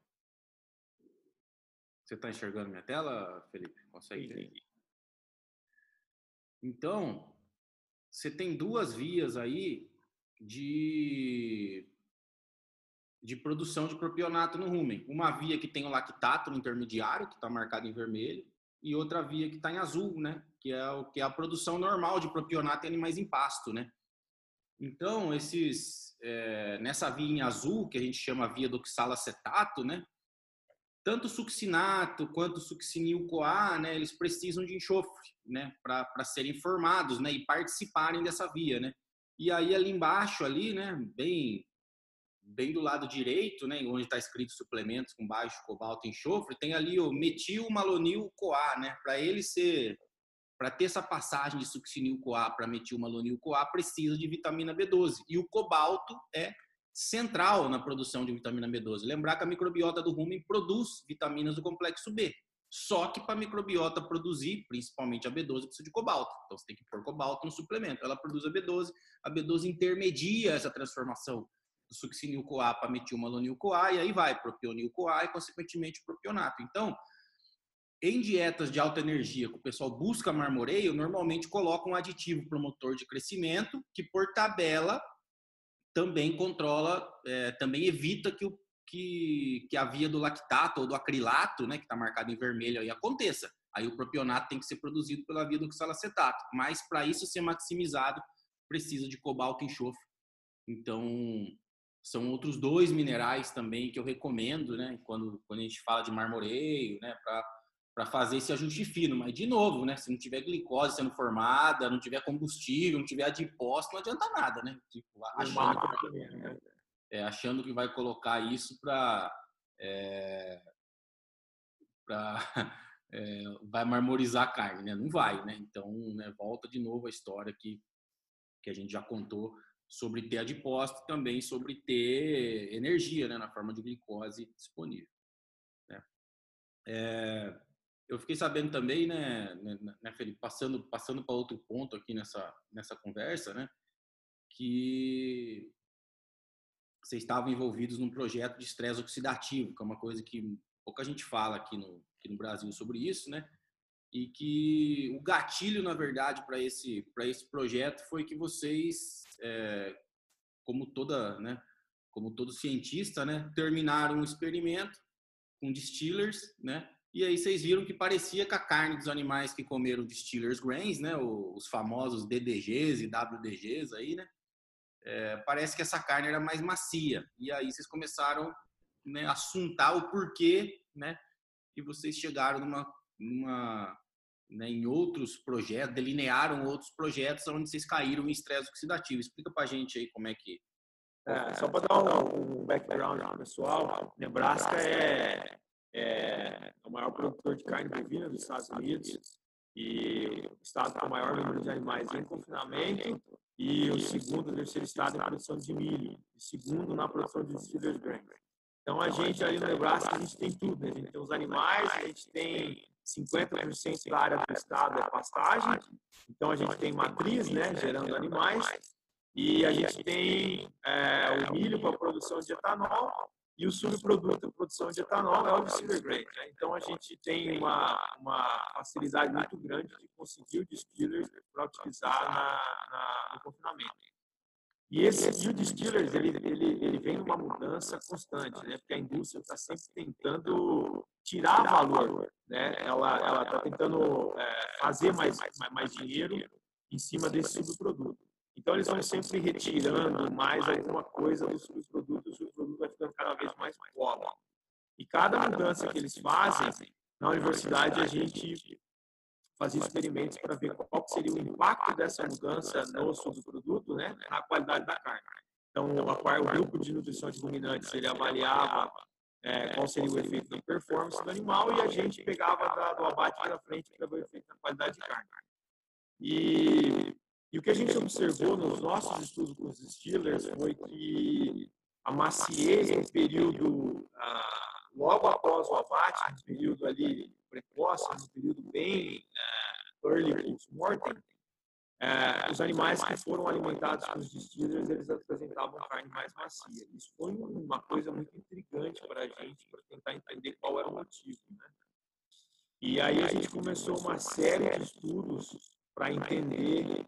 Você está enxergando minha tela, Felipe? Consegue ver? Então, você tem duas vias aí de, de produção de propionato no rumen. Uma via que tem o lactato no intermediário, que está marcado em vermelho, e outra via que está em azul, né? Que é, o, que é a produção normal de propionato em animais em pasto, né? Então, esses, é, nessa via em azul, que a gente chama via do oxalacetato, né? Tanto o succinato quanto o succinil-CoA, né, eles precisam de enxofre, né, para serem formados, né, e participarem dessa via, né. E aí ali embaixo, ali, né, bem, bem do lado direito, né, onde está escrito suplementos com baixo cobalto e enxofre, tem ali o metilmalonil-CoA, né, para ele ser, para ter essa passagem de succinil-CoA para metilmalonil-CoA, precisa de vitamina B doze. E o cobalto é central na produção de vitamina B doze. Lembrar que a microbiota do rumen produz vitaminas do complexo B. Só que para a microbiota produzir, principalmente a B doze, precisa de cobalto. Então você tem que pôr cobalto no suplemento. Ela produz a B doze, a B doze intermedia essa transformação do succinil-CoA para metilmalonil-CoA e aí vai propionil-CoA e consequentemente propionato. Então, em dietas de alta energia que o pessoal busca marmoreio, normalmente coloca um aditivo promotor de crescimento que por tabela também controla, é, também evita que, o, que, que a via do lactato ou do acrilato, né, que está marcado em vermelho, aí aconteça. Aí o propionato tem que ser produzido pela via do oxalacetato. Mas para isso ser maximizado, precisa de cobalto e enxofre. Então, são outros dois minerais também que eu recomendo, né, quando, quando a gente fala de marmoreio, né, para para fazer esse ajuste fino. Mas, de novo, né, se não tiver glicose sendo formada, não tiver combustível, não tiver adipócito, não adianta nada, né? Tipo, achando, é, achando que vai colocar isso para é, para é, vai marmorizar a carne, né? Não vai, né? Então, né, volta de novo a história que, que a gente já contou sobre ter adipócito e também sobre ter energia, né, na forma de glicose disponível, né? É, eu fiquei sabendo também, né, né, Felipe, passando, passando para outro ponto aqui nessa, nessa conversa, né, que vocês estavam envolvidos num projeto de estresse oxidativo, que é uma coisa que pouca gente fala aqui no, aqui no Brasil sobre isso, né? E que o gatilho, na verdade, para esse, para esse projeto foi que vocês, é, como toda, né, como todo cientista, né, terminaram um experimento com distillers, né? E aí vocês viram que parecia que a carne dos animais que comeram distillers grains, né, os famosos D D Gs e W D Gs aí, né? É, parece que essa carne era mais macia. E aí vocês começaram, né, a assuntar o porquê, né? E vocês chegaram numa, numa né, em outros projetos, delinearam outros projetos onde vocês caíram em estresse oxidativo. Explica pra gente aí como é que... É, só para dar um, um background pessoal, Nebraska é, é o maior produtor de carne bovina dos Estados Unidos e o estado com o maior número de animais em confinamento e o segundo, o terceiro estado em produção de milho e segundo na produção de distillers grains. Então, a gente ali no Nebraska, a gente tem tudo, né? A gente tem os animais, a gente tem cinquenta por cento da área do estado é pastagem, então a gente tem matriz, né, gerando animais, e a gente tem é, o milho para a produção de etanol e o subproduto da produção de etanol é o distiller grain, né? Então a gente tem uma, uma facilidade muito grande de conseguir o distiller para utilizar na, na, no confinamento. E esse e o distillers ele, ele, ele vem numa mudança constante, né? Porque a indústria está sempre tentando tirar valor, né? Ela ela está tentando é, fazer mais, mais mais dinheiro em cima desse subproduto. Então, eles vão sempre retirando mais alguma coisa do subproduto, o subproduto vai ficando cada vez mais pobre. E cada mudança que eles fazem, na universidade, a gente fazia experimentos para ver qual seria o impacto dessa mudança no subproduto, né, na qualidade da carne. Então, o grupo de nutrição de ruminantes, ele avaliava é, qual seria o efeito da performance do animal e a gente pegava da, do abate para frente para ver o efeito na qualidade de carne. E... E o que a gente observou nos nossos estudos com os distillers foi que a maciez no período, ah, logo após o abate, no período ali precoce, no período bem ah, early post-mortem, ah, os animais que foram alimentados com os distillers, eles apresentavam carne mais macia. Isso foi uma coisa muito intrigante para a gente, para tentar entender qual era o motivo, né? E aí a gente começou uma série de estudos para entender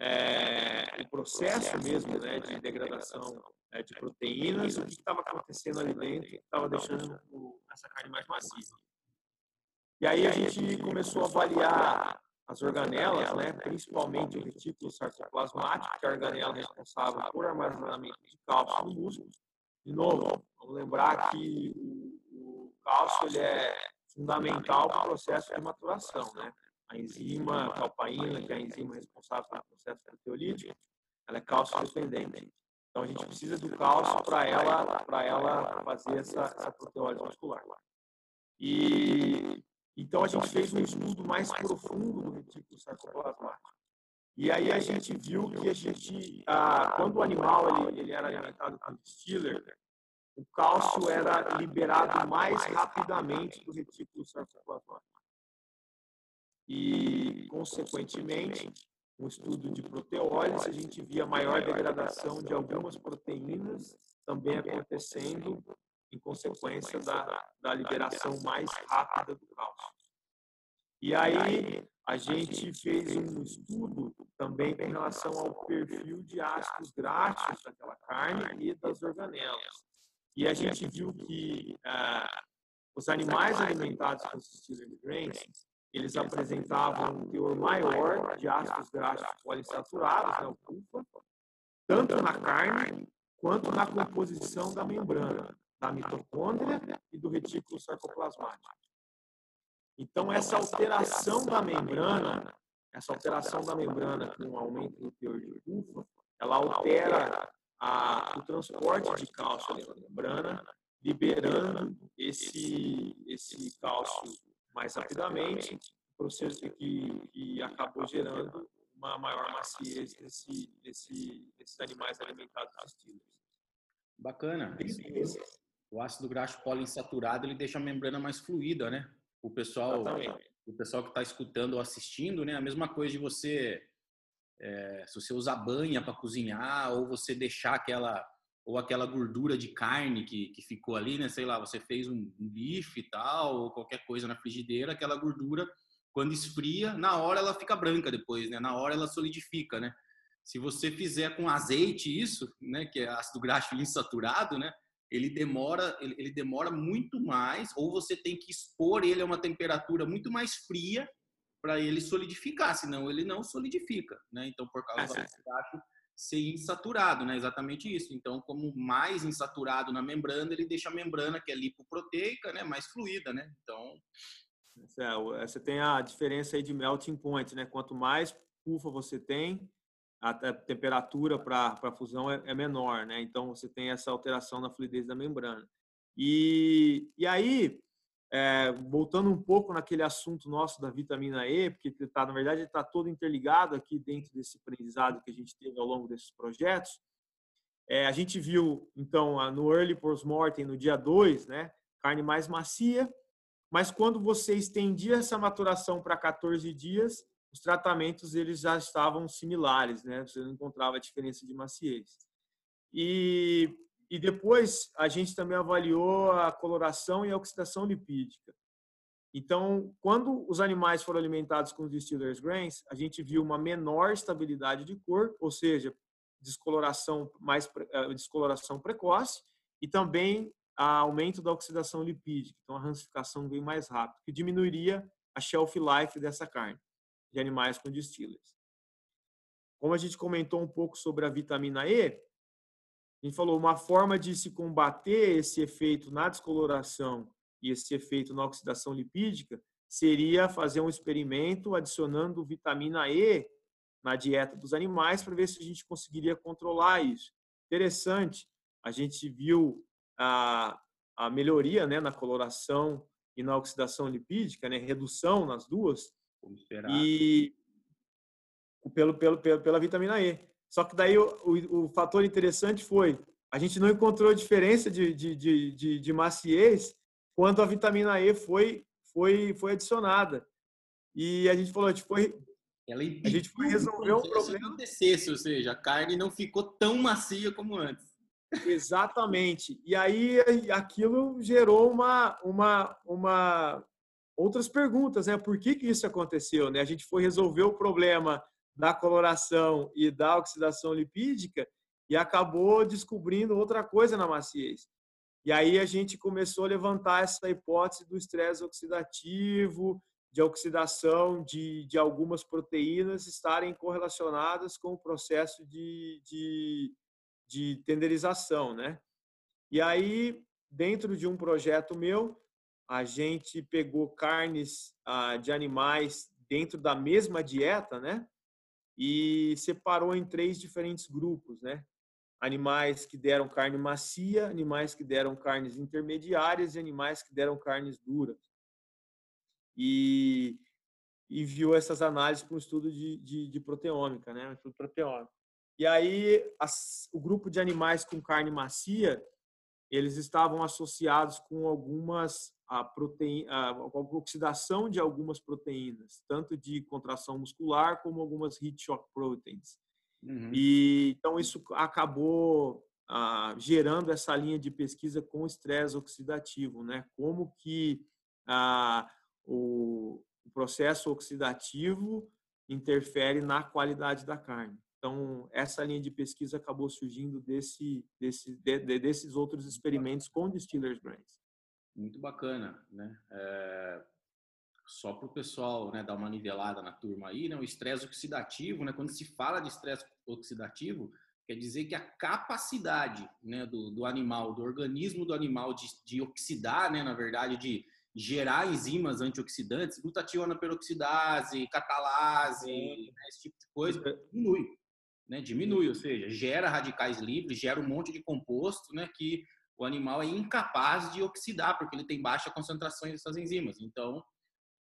É, o processo mesmo, né, de degradação é, de proteínas, o que estava acontecendo ali dentro, que estava deixando o, essa carne mais macia. E aí a gente começou a avaliar as organelas, né, principalmente o retículo sarcoplasmático, que é a organela responsável por armazenamento de cálcio no músculo. De novo, vamos lembrar que o, o cálcio ele é fundamental para o processo de maturação, né? A enzima calpaína, que é a enzima responsável pelo processo proteolítico, ela é cálcio dependente. Então, a gente precisa do cálcio para ela, para ela fazer essa, essa proteólise muscular. E, então, a gente fez um estudo mais profundo do retículo sarcoplasmático. E aí a gente viu que a gente, ah, quando o animal ele, ele era alimentado com distiller, o cálcio era liberado mais rapidamente do retículo sarcoplasmático. E, consequentemente, no estudo de proteólise, a gente via maior degradação de algumas proteínas também acontecendo em consequência da, da liberação mais rápida do cálcio. E aí, a gente fez um estudo também com relação ao perfil de ácidos graxos daquela carne e das organelas. E a gente viu que ah, os animais alimentados com distiller grains, eles apresentavam um teor maior de ácidos graxos poliinsaturados, né, o P U F A, tanto na carne quanto na composição da membrana, da mitocôndria e do retículo sarcoplasmático. Então, essa alteração da membrana, essa alteração da membrana com o aumento do teor de P U F A, ela altera a, o transporte de cálcio na membrana, liberando esse, esse cálcio mais rapidamente, processo que, que acabou gerando uma maior maciez nesse, nesse, nesses animais alimentados de Stillers. Bacana. O ácido graxo poliinsaturado, ele deixa a membrana mais fluida, né? O pessoal, o pessoal que está escutando ou assistindo, né? A mesma coisa de você, é, se você usar banha para cozinhar, ou você deixar aquela, ou aquela gordura de carne que, que ficou ali, né? Sei lá, você fez um, um bife e tal, ou qualquer coisa na frigideira, aquela gordura, quando esfria, na hora ela fica branca depois, né? Na hora ela solidifica, né? Se você fizer com azeite isso, né? Que é ácido graxo insaturado, né? Ele demora, ele, ele demora muito mais, ou você tem que expor ele a uma temperatura muito mais fria para ele solidificar, senão ele não solidifica, né? Então, por causa do ácido graxo ser insaturado, né? Exatamente isso. Então, como mais insaturado na membrana, ele deixa a membrana, que é lipoproteica, né? Mais fluida, né? Então... É, você tem a diferença aí de melting point, né? Quanto mais pufa você tem, a temperatura para a fusão é, é menor, né? Então, você tem essa alteração na fluidez da membrana. E, e aí, é, voltando um pouco naquele assunto nosso da vitamina E, porque tá, na verdade está todo interligado aqui dentro desse aprendizado que a gente teve ao longo desses projetos, é, a gente viu, então, no early post-mortem, no dia dois, né? Carne mais macia, mas quando você estendia essa maturação para quatorze dias, os tratamentos eles já estavam similares, né? Você não encontrava diferença de maciez. E, e depois a gente também avaliou a coloração e a oxidação lipídica. Então, quando os animais foram alimentados com os distillers grains, a gente viu uma menor estabilidade de cor, ou seja, descoloração mais descoloração precoce, e também aumento da oxidação lipídica, então a rancificação vem mais rápido, que diminuiria a shelf life dessa carne de animais com distillers. Como a gente comentou um pouco sobre a vitamina E, a gente falou uma forma de se combater esse efeito na descoloração e esse efeito na oxidação lipídica seria fazer um experimento adicionando vitamina E na dieta dos animais para ver se a gente conseguiria controlar isso. Interessante, a gente viu a, a melhoria, né, na coloração e na oxidação lipídica, né, redução nas duas, e pelo, pelo, pelo, pela vitamina E. Só que daí o, o, o fator interessante foi, a gente não encontrou diferença de, de, de, de, de maciez quando a vitamina E foi, foi, foi adicionada. E a gente falou, a gente foi, Ela a gente foi resolver um problema. Acontecesse, ou seja, a carne não ficou tão macia como antes. Exatamente. E aí aquilo gerou uma, uma, uma outras perguntas, né? Por que que isso aconteceu, né? A gente foi resolver o problema da coloração e da oxidação lipídica e acabou descobrindo outra coisa na maciez. E aí a gente começou a levantar essa hipótese do estresse oxidativo, de oxidação de, de algumas proteínas estarem correlacionadas com o processo de, de de tenderização, né? E aí, dentro de um projeto meu, a gente pegou carnes ah, de animais dentro da mesma dieta, né? E separou em três diferentes grupos, né? Animais que deram carne macia, animais que deram carnes intermediárias e animais que deram carnes duras. E enviou essas análises para um estudo de, de, de proteômica, né? Um estudo proteômico. E aí, as, o grupo de animais com carne macia, eles estavam associados com algumas a proteína, a, a oxidação de algumas proteínas, tanto de contração muscular como algumas heat shock proteins. Uhum. E então isso acabou ah, gerando essa linha de pesquisa com estresse oxidativo, né? Como que ah, o, o processo oxidativo interfere na qualidade da carne. Então, essa linha de pesquisa acabou surgindo desse, desse, de, de, desses outros experimentos com distillers grains. Muito bacana, né? É, só para o pessoal, né, dar uma nivelada na turma aí, né? O estresse oxidativo, né? Quando se fala de estresse oxidativo, quer dizer que a capacidade, né, do, do animal, do organismo do animal de, de oxidar, né, na verdade, de gerar enzimas antioxidantes, glutationa peroxidase, catalase, né, esse tipo de coisa, diminui. Né, diminui, ou seja, gera radicais livres, gera um monte de composto, né, que o animal é incapaz de oxidar, porque ele tem baixa concentração dessas enzimas. Então,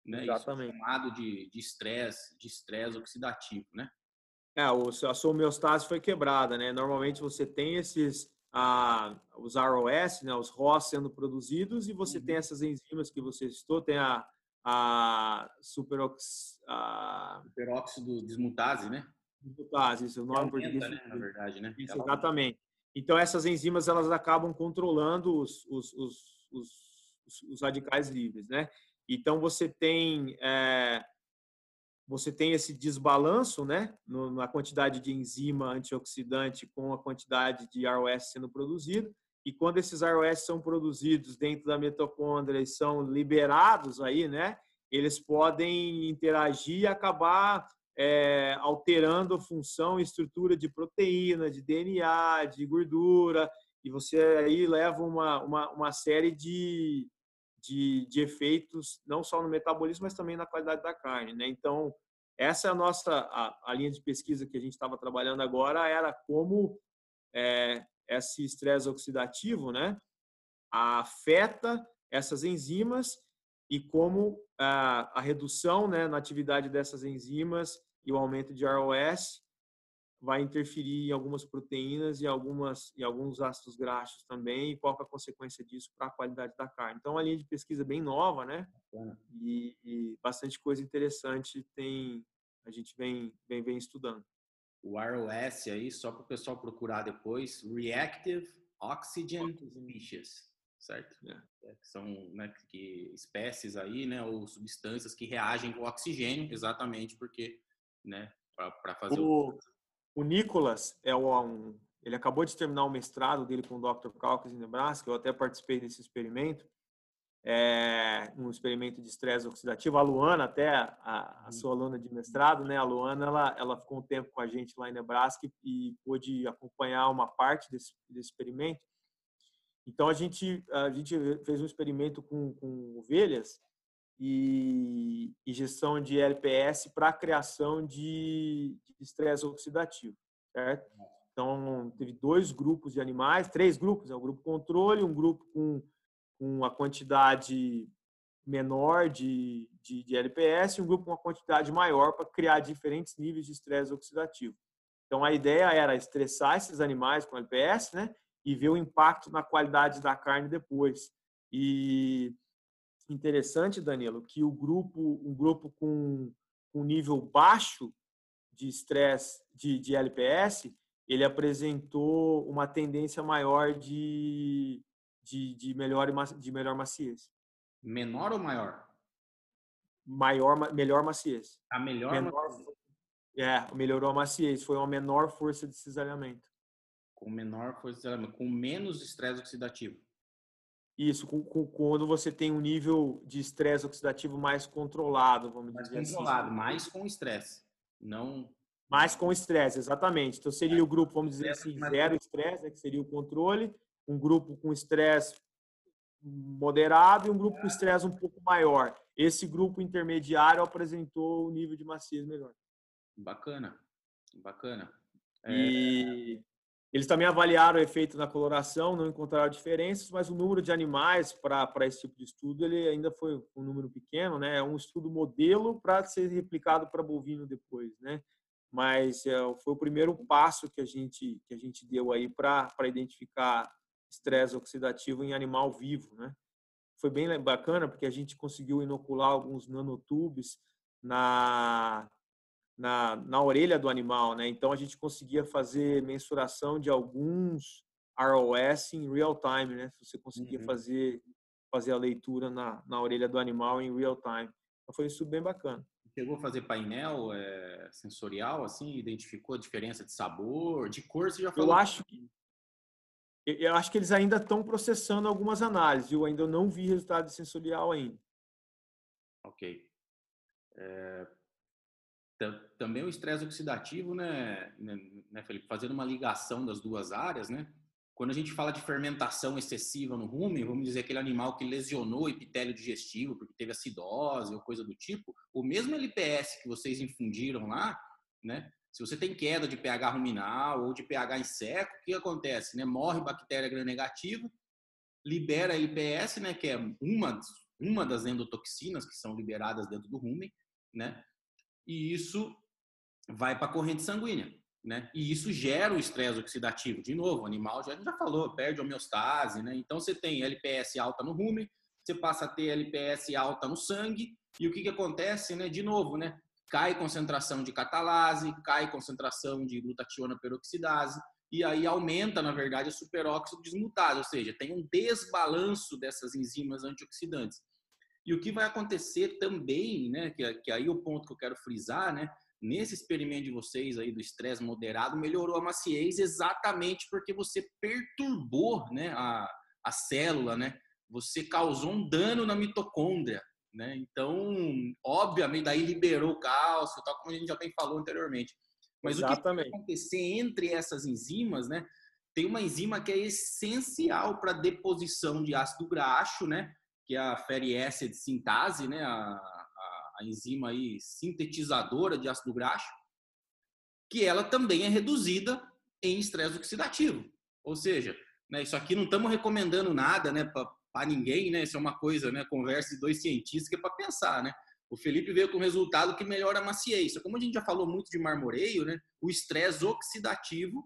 né? Exatamente. Isso é chamado de estresse, de estresse oxidativo, né? É, o, a sua homeostase foi quebrada, né? Normalmente você tem esses, ah, os R O S, né? Os R O S sendo produzidos e você uhum. tem essas enzimas que você citou, tem a, a superox, a... superóxido desmutase, né? Desmutase, isso é o nome em português. Né? Na verdade, né? Isso, exatamente. Então, essas enzimas, elas acabam controlando os, os, os, os, os radicais livres, né? Então, você tem... É, você tem esse desbalanço, né, na quantidade de enzima antioxidante com a quantidade de R O S sendo produzido, e quando esses R O S são produzidos dentro da mitocôndria e são liberados aí, né, eles podem interagir e acabar é, alterando a função e estrutura de proteína, de D N A, de gordura, e você aí leva uma, uma, uma série de De, de efeitos não só no metabolismo, mas também na qualidade da carne, né? Então, essa é a nossa a, a linha de pesquisa que a gente estava trabalhando agora, era como é, esse estresse oxidativo, né, afeta essas enzimas e como a, a redução, né, na atividade dessas enzimas e o aumento de R O S vai interferir em algumas proteínas e algumas e alguns ácidos graxos também, e qual é a consequência disso para a qualidade da carne. Então, a linha de pesquisa é bem nova, né? E, e bastante coisa interessante tem a gente vem vem, vem estudando. O R O S aí, só para o pessoal procurar depois, Reactive Oxygen Species, certo? É. É, que são, né, que espécies aí, né, ou substâncias que reagem com o oxigênio, exatamente porque, né, para fazer o... o O Nicolas é um, ele acabou de terminar o mestrado dele com o doutor Calkins em Nebraska. Eu até participei desse experimento, é, um experimento de estresse oxidativo. A Luana, até a, a sua aluna de mestrado, né? A Luana, ela, ela ficou um tempo com a gente lá em Nebraska e pôde acompanhar uma parte desse, desse experimento. Então a gente a gente fez um experimento com, com ovelhas e injeção de L P S para a criação de estresse oxidativo, certo? Então, teve dois grupos de animais, três grupos, é um grupo controle, um grupo com, com a quantidade menor de, de, de L P S e um grupo com uma quantidade maior para criar diferentes níveis de estresse oxidativo. Então, a ideia era estressar esses animais com L P S, né? E ver o impacto na qualidade da carne depois. E interessante, Danilo, que o grupo, um grupo com um nível baixo de estresse de, de L P S, ele apresentou uma tendência maior de, de, de, melhor, de melhor maciez. Menor ou maior? Maior, melhor maciez. A melhor menor, maciez. É, melhorou a maciez, foi uma menor força de cisalhamento. Com menor força de cisalhamento, com menos estresse oxidativo. Isso, com, com, quando você tem um nível de estresse oxidativo mais controlado, vamos mais dizer controlado, assim. Mais com estresse, não... Mais com estresse, exatamente. Então, seria o grupo, vamos dizer assim, zero estresse, né, que seria o controle, um grupo com estresse moderado e um grupo com estresse um pouco maior. Esse grupo intermediário apresentou o nível de maciez melhor. Bacana, bacana. E... É... Eles também avaliaram o efeito na coloração, não encontraram diferenças, mas o número de animais para esse tipo de estudo ele ainda foi um número pequeno, né? É um estudo modelo para ser replicado para bovino depois, né? Mas é, foi o primeiro passo que a gente que a gente deu aí para para identificar estresse oxidativo em animal vivo, né? Foi bem bacana porque a gente conseguiu inocular alguns nanotubes na Na, na orelha do animal, né? Então a gente conseguia fazer mensuração de alguns R O S em real time, né? Você conseguia uhum. fazer fazer a leitura na, na orelha do animal em real time. Então foi isso bem bacana. Chegou a fazer painel é, sensorial, assim, identificou a diferença de sabor, de cor, você já falou? Eu acho que eu acho que eles ainda estão processando algumas análises. Eu ainda não vi resultado sensorial ainda. Ok. É... Também o estresse oxidativo, né, né, Felipe, fazendo uma ligação das duas áreas, né? Quando a gente fala de fermentação excessiva no rumen, vamos dizer aquele animal que lesionou o epitélio digestivo porque teve acidose ou coisa do tipo, o mesmo L P S que vocês infundiram lá, né? Se você tem queda de pH ruminal ou de pH em seco, o que acontece, né? Morre bactéria gram-negativa, libera L P S, né, que é uma uma das endotoxinas que são liberadas dentro do rumen, né? E isso vai para a corrente sanguínea, né? E isso gera o estresse oxidativo. De novo, o animal, já, a gente já falou, perde a homeostase, né? Então você tem L P S alta no rumen, você passa a ter L P S alta no sangue, e o que que acontece, né? De novo, né? Cai concentração de catalase, cai concentração de glutationa peroxidase, e aí aumenta, na verdade, a superóxido desmutase, ou seja, tem um desbalanço dessas enzimas antioxidantes. E o que vai acontecer também, né, que, que aí é o ponto que eu quero frisar, né, nesse experimento de vocês aí do estresse moderado, melhorou a maciez exatamente porque você perturbou, né, a, a célula, né, você causou um dano na mitocôndria, né, então, obviamente, daí liberou cálcio, tal como a gente já bem falou anteriormente. Mas exatamente. O que vai acontecer entre essas enzimas, né, tem uma enzima que é essencial para a deposição de ácido graxo, né, que é a fatty acid sintase, né, a, a, a enzima aí sintetizadora de ácido graxo, que ela também é reduzida em estresse oxidativo. Ou seja, né, isso aqui não estamos recomendando nada, né, para ninguém, né, isso é uma coisa, né, conversa de dois cientistas que é para pensar, né. O Felipe veio com um resultado que melhora a maciez. Como a gente já falou muito de marmoreio, né, o estresse oxidativo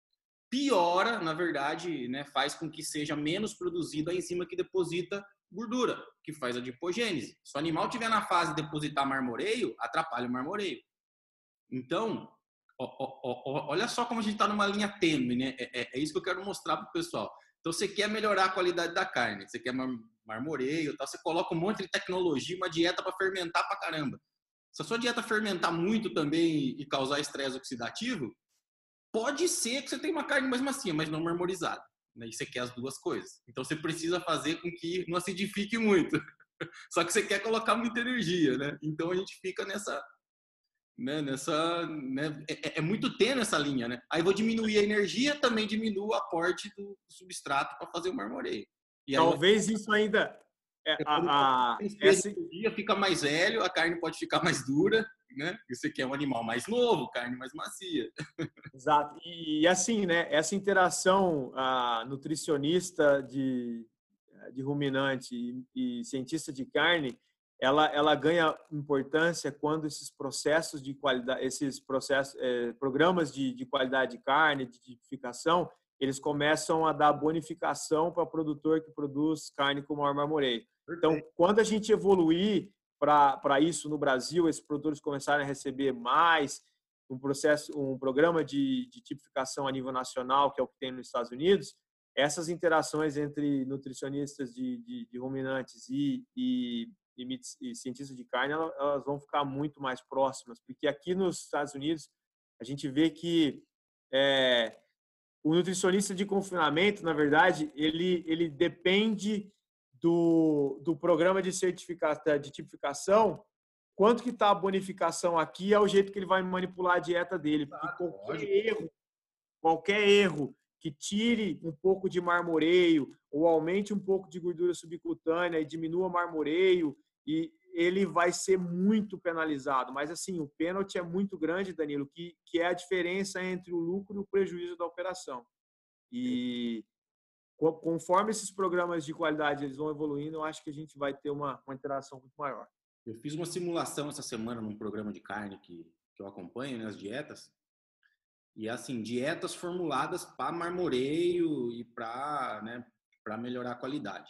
piora, na verdade, né, faz com que seja menos produzida a enzima que deposita gordura, que faz a adipogênese. Se o animal estiver na fase de depositar marmoreio, atrapalha o marmoreio. Então, ó, ó, ó, olha só como a gente está numa linha tênue, né? É, é, é isso que eu quero mostrar para o pessoal. Então, você quer melhorar a qualidade da carne, você quer marmoreio, tal, você coloca um monte de tecnologia, uma dieta para fermentar para caramba. Se a sua dieta fermentar muito também e causar estresse oxidativo, pode ser que você tenha uma carne mais macia, mas não marmorizada. Né? E você quer as duas coisas. Então, você precisa fazer com que não acidifique muito. Só que você quer colocar muita energia, né? Então, a gente fica nessa... Né, nessa né, é, é muito tênue essa linha, né? Aí vou diminuir a energia, também diminuo o aporte do substrato para fazer o marmoreio. E aí, talvez eu... isso ainda... É, a, a, essa... energia fica mais velho, a carne pode ficar mais dura, né? E você quer um animal mais novo, carne mais macia. Exato. E assim, né? Essa interação a nutricionista de, de ruminante e, e cientista de carne, ela, ela ganha importância quando esses processos de qualidade, esses processos, eh, programas de, de qualidade de carne, de tipificação, eles começam a dar bonificação para o produtor que produz carne com maior marmoreio. Então, quando a gente evoluir para isso no Brasil, esses produtores começarem a receber mais, um processo, um programa de, de tipificação a nível nacional, que é o que tem nos Estados Unidos, essas interações entre nutricionistas de, de, de ruminantes e, e, e, e cientistas de carne, elas, elas vão ficar muito mais próximas, porque aqui nos Estados Unidos a gente vê que é, o nutricionista de confinamento, na verdade, ele, ele depende do, do programa de certificação, de tipificação. Quanto que está a bonificação aqui é o jeito que ele vai manipular a dieta dele. Porque qualquer erro, qualquer erro que tire um pouco de marmoreio ou aumente um pouco de gordura subcutânea e diminua o marmoreio, e ele vai ser muito penalizado. Mas, assim, o pênalti é muito grande, Danilo, que, que é a diferença entre o lucro e o prejuízo da operação. E conforme esses programas de qualidade eles vão evoluindo, eu acho que a gente vai ter uma, uma interação muito maior. Eu fiz uma simulação essa semana num programa de carne que, que eu acompanho, né, as dietas. E, assim, dietas formuladas para marmoreio e para, né, para melhorar a qualidade.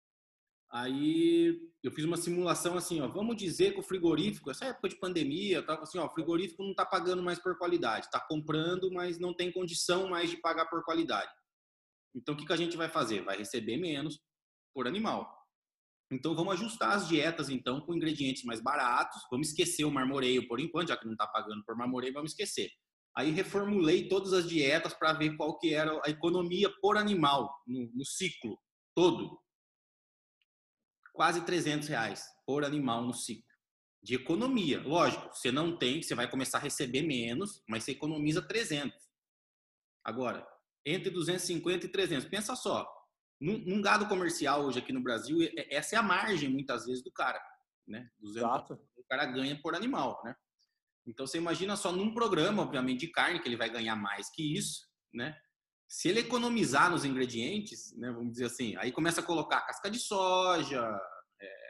Aí eu fiz uma simulação assim, ó, vamos dizer que o frigorífico, essa época de pandemia, eu tava assim, ó, o frigorífico não está pagando mais por qualidade, está comprando, mas não tem condição mais de pagar por qualidade. Então, o que, que a gente vai fazer? Vai receber menos por animal. Então, vamos ajustar as dietas, então, com ingredientes mais baratos. Vamos esquecer o marmoreio por enquanto, já que não está pagando por marmoreio, vamos esquecer. Aí, reformulei todas as dietas para ver qual que era a economia por animal no, no ciclo todo. Quase trezentos reais por animal no ciclo. De economia. Lógico, você não tem, você vai começar a receber menos, mas você economiza trezentos. Agora, entre duzentos e cinquenta e trezentos. Pensa só, num, num gado comercial hoje aqui no Brasil, essa é a margem, muitas vezes, do cara. Né? duzentos, o cara ganha por animal. Né? Então, você imagina só num programa, obviamente, de carne, que ele vai ganhar mais que isso. Né? Se ele economizar nos ingredientes, né, vamos dizer assim, aí começa a colocar casca de soja, é,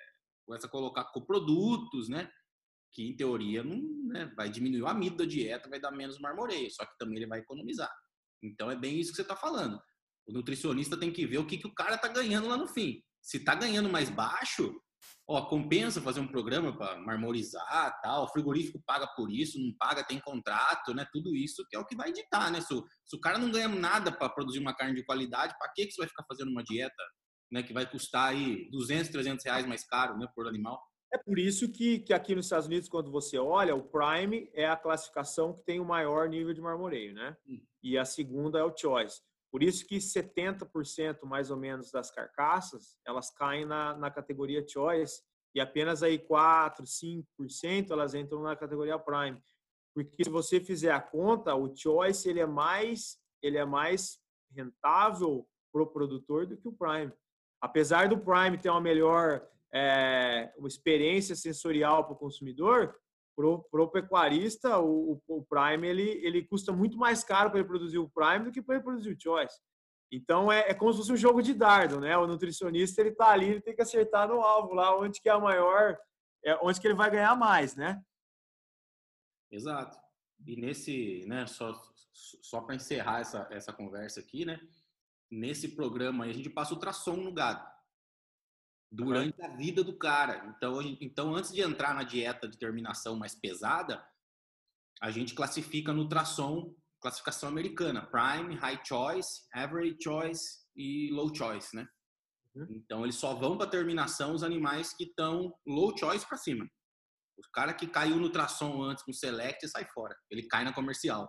começa a colocar coprodutos, né? Que em teoria não, né, vai diminuir o amido da dieta, vai dar menos marmoreio, só que também ele vai economizar. Então é bem isso que você está falando. O nutricionista tem que ver o que, que o cara está ganhando lá no fim. Se está ganhando mais baixo, ó, compensa fazer um programa para marmorizar, tal. O frigorífico paga por isso, não paga, tem contrato, né? Tudo isso que é o que vai editar, né? Se o, se o cara não ganha nada para produzir uma carne de qualidade, para que, que você vai ficar fazendo uma dieta, né, que vai custar aí duzentos, trezentos reais mais caro, né, por animal? É por isso que, que aqui nos Estados Unidos, quando você olha, o Prime é a classificação que tem o maior nível de marmoreio, né? E a segunda é o Choice. Por isso que setenta por cento mais ou menos das carcaças, elas caem na, na categoria Choice e apenas aí quatro, cinco por cento elas entram na categoria Prime. Porque se você fizer a conta, o Choice ele é mais, ele é mais rentável para o produtor do que o Prime. Apesar do Prime ter uma melhor é, uma experiência sensorial para o consumidor, para o pecuarista, o, o Prime ele, ele custa muito mais caro para ele produzir o Prime do que para ele produzir o Choice. Então, é, é como se fosse um jogo de dardo, né? O nutricionista ele está ali, ele tem que acertar no alvo lá, onde que é a maior, é, onde que ele vai ganhar mais, né? Exato. E nesse, né, só, só para encerrar essa, essa conversa aqui, né? Nesse programa aí a gente passa ultrassom no gado durante uhum. a vida do cara. Então, então, antes de entrar na dieta de terminação mais pesada, a gente classifica no ultrassom, classificação americana, Prime, High Choice, Average Choice e Low Choice, né? Uhum. Então, eles só vão para terminação os animais que estão Low Choice para cima. O cara que caiu no ultrassom antes no Select sai fora. Ele cai na comercial.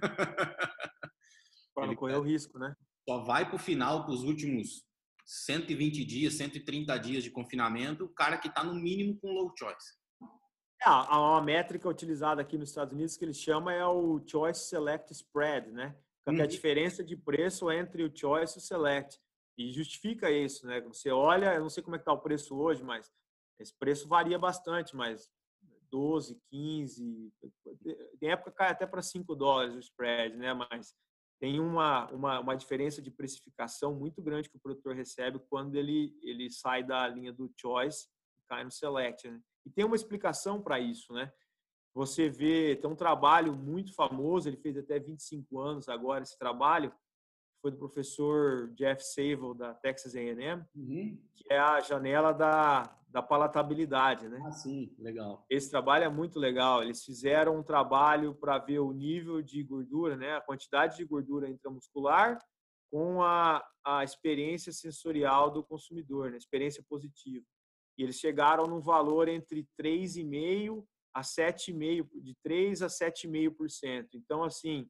Para não correr o risco, né? Só vai para o final, para os últimos cento e vinte dias, cento e trinta dias de confinamento, o cara que está no mínimo com low choice. É, uma métrica utilizada aqui nos Estados Unidos que eles chamam é o Choice Select Spread, né? Que uhum. é a diferença de preço entre o Choice e o Select. E justifica isso, né? Você olha, eu não sei como é que está o preço hoje, mas esse preço varia bastante, mas doze, quinze, tem época que cai até para cinco dólares o spread, né? Mas tem uma, uma, uma diferença de precificação muito grande que o produtor recebe quando ele, ele sai da linha do Choice e cai no Select, né? E tem uma explicação para isso, né? Você vê, tem um trabalho muito famoso, ele fez até vinte e cinco anos agora esse trabalho, foi do professor Jeff Sable, da Texas A and M, uhum. que é a janela da, da palatabilidade, né? Ah, sim, legal. Esse trabalho é muito legal. Eles fizeram um trabalho para ver o nível de gordura, né? A quantidade de gordura intramuscular com a, a experiência sensorial do consumidor, né? Experiência positiva. E eles chegaram num valor entre três vírgula cinco a sete vírgula cinco, de três a sete vírgula cinco por cento. Então, assim,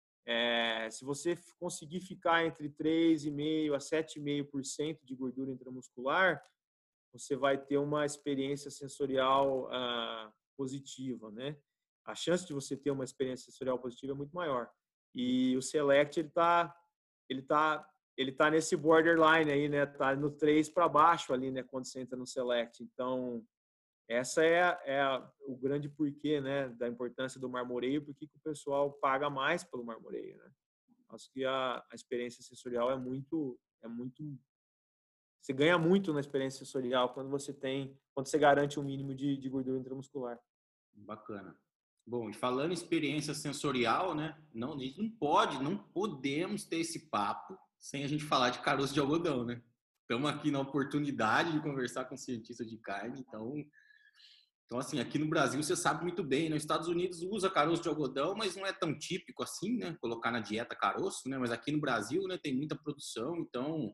é, se você conseguir ficar entre três vírgula cinco a sete vírgula cinco por cento de gordura intramuscular, você vai ter uma experiência sensorial ah, positiva, né? A chance de você ter uma experiência sensorial positiva é muito maior. E o Select, ele tá, ele tá, ele tá nesse borderline aí, né? Tá no três para baixo ali, né? Quando você entra no Select. Então, essa é, é a, o grande porquê, né? Da importância do marmoreio, porque que o pessoal paga mais pelo marmoreio, né? Acho que a, a experiência sensorial é muito, é muito Você ganha muito na experiência sensorial quando você tem, quando você garante um mínimo de, de gordura intramuscular. Bacana. Bom, e falando em experiência sensorial, né? Não, a gente não pode, não podemos ter esse papo sem a gente falar de caroço de algodão, né? Estamos aqui na oportunidade de conversar com cientista de carne, então, então assim, aqui no Brasil você sabe muito bem, né? Nos Estados Unidos usa caroço de algodão, mas não é tão típico assim, né? Colocar na dieta caroço, né? Mas aqui no Brasil, né, tem muita produção, então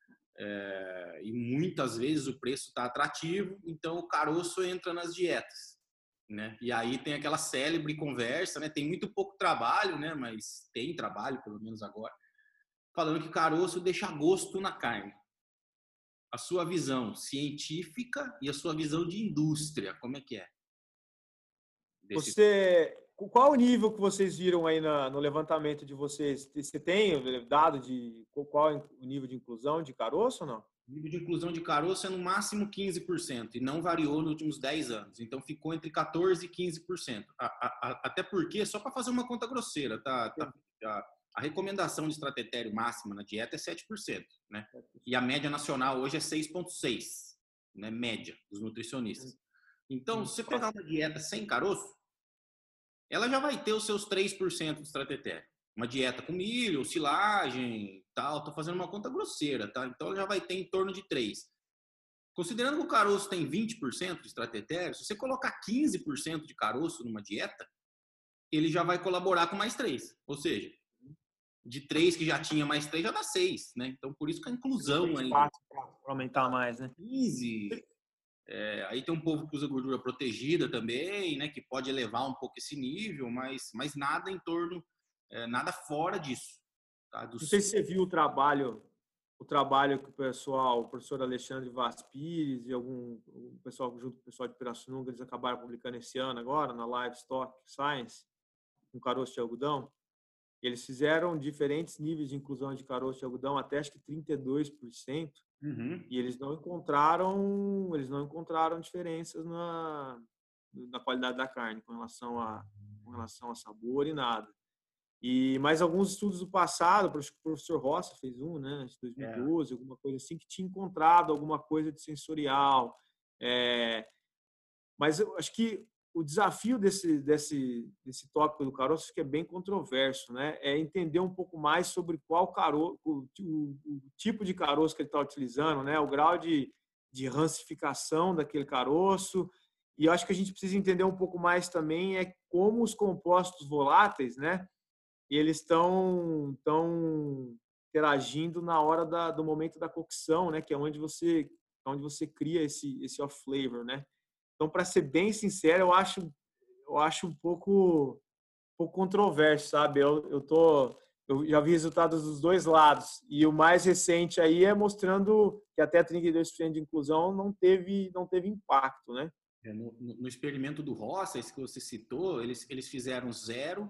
É, e muitas vezes o preço está atrativo, então o caroço entra nas dietas, né? E aí tem aquela célebre conversa, né? Tem muito pouco trabalho, né? Mas tem trabalho, pelo menos agora, falando que caroço deixa gosto na carne. A sua visão científica e a sua visão de indústria, como é que é? Desse... Você, qual o nível que vocês viram aí na, no levantamento de vocês? Você tem dado de qual é o nível de inclusão de caroço ou não? O nível de inclusão de caroço é no máximo quinze por cento e não variou nos últimos dez anos. Então ficou entre quatorze por cento e quinze por cento. A, a, a, até porque, só para fazer uma conta grosseira, tá, tá, a, a recomendação de estratégia máxima na dieta é sete por cento, né? E a média nacional hoje é seis vírgula seis por cento. né, média dos nutricionistas. Então, se você pegar uma dieta sem caroço, ela já vai ter os seus três por cento de estratégia. Uma dieta com milho, silagem, tal, tô fazendo uma conta grosseira, tá? Então ela já vai ter em torno de três. Considerando que o caroço tem vinte por cento de estratégia, se você colocar quinze por cento de caroço numa dieta, ele já vai colaborar com mais três. Ou seja, de três que já tinha mais três, já dá seis, né? Então, por isso que a inclusão aí... Para aumentar mais, né? quinze... É, aí tem um povo que usa gordura protegida também, né? Que pode elevar um pouco esse nível, mas, mas nada em torno, é, nada fora disso. Tá? Dos... Não sei se você viu o trabalho, o trabalho que o pessoal, o professor Alexandre Vaz Pires e algum o pessoal junto com o pessoal de Pirassununga, eles acabaram publicando esse ano agora na Livestock Science, com caroço de algodão. Eles fizeram diferentes níveis de inclusão de caroço de algodão, até acho que trinta e dois por cento. Uhum. E eles não encontraram, eles não encontraram diferenças na, na qualidade da carne com relação a, com relação a sabor e nada. E mais alguns estudos do passado, o professor Roça fez um, né, de dois mil e doze, é. alguma coisa assim, que tinha encontrado alguma coisa de sensorial. É, mas eu acho que o desafio desse, desse, desse tópico do caroço que é bem controverso, né? É entender um pouco mais sobre qual caroço, o, o, o tipo de caroço que ele está utilizando, né? O grau de, de rancificação daquele caroço. E eu acho que a gente precisa entender um pouco mais também é como os compostos voláteis, né? E eles estão estão interagindo na hora da, do momento da cocção, né? Que é onde você, onde você cria esse, esse off flavor, né? Então, para ser bem sincero, eu acho, eu acho um pouco, um pouco controverso, sabe? Eu, eu, tô, eu já vi resultados dos dois lados. E o mais recente aí é mostrando que até trinta e dois por cento de inclusão não teve, não teve impacto, né? É, no, no experimento do Roça, esse que você citou, eles, eles fizeram zero,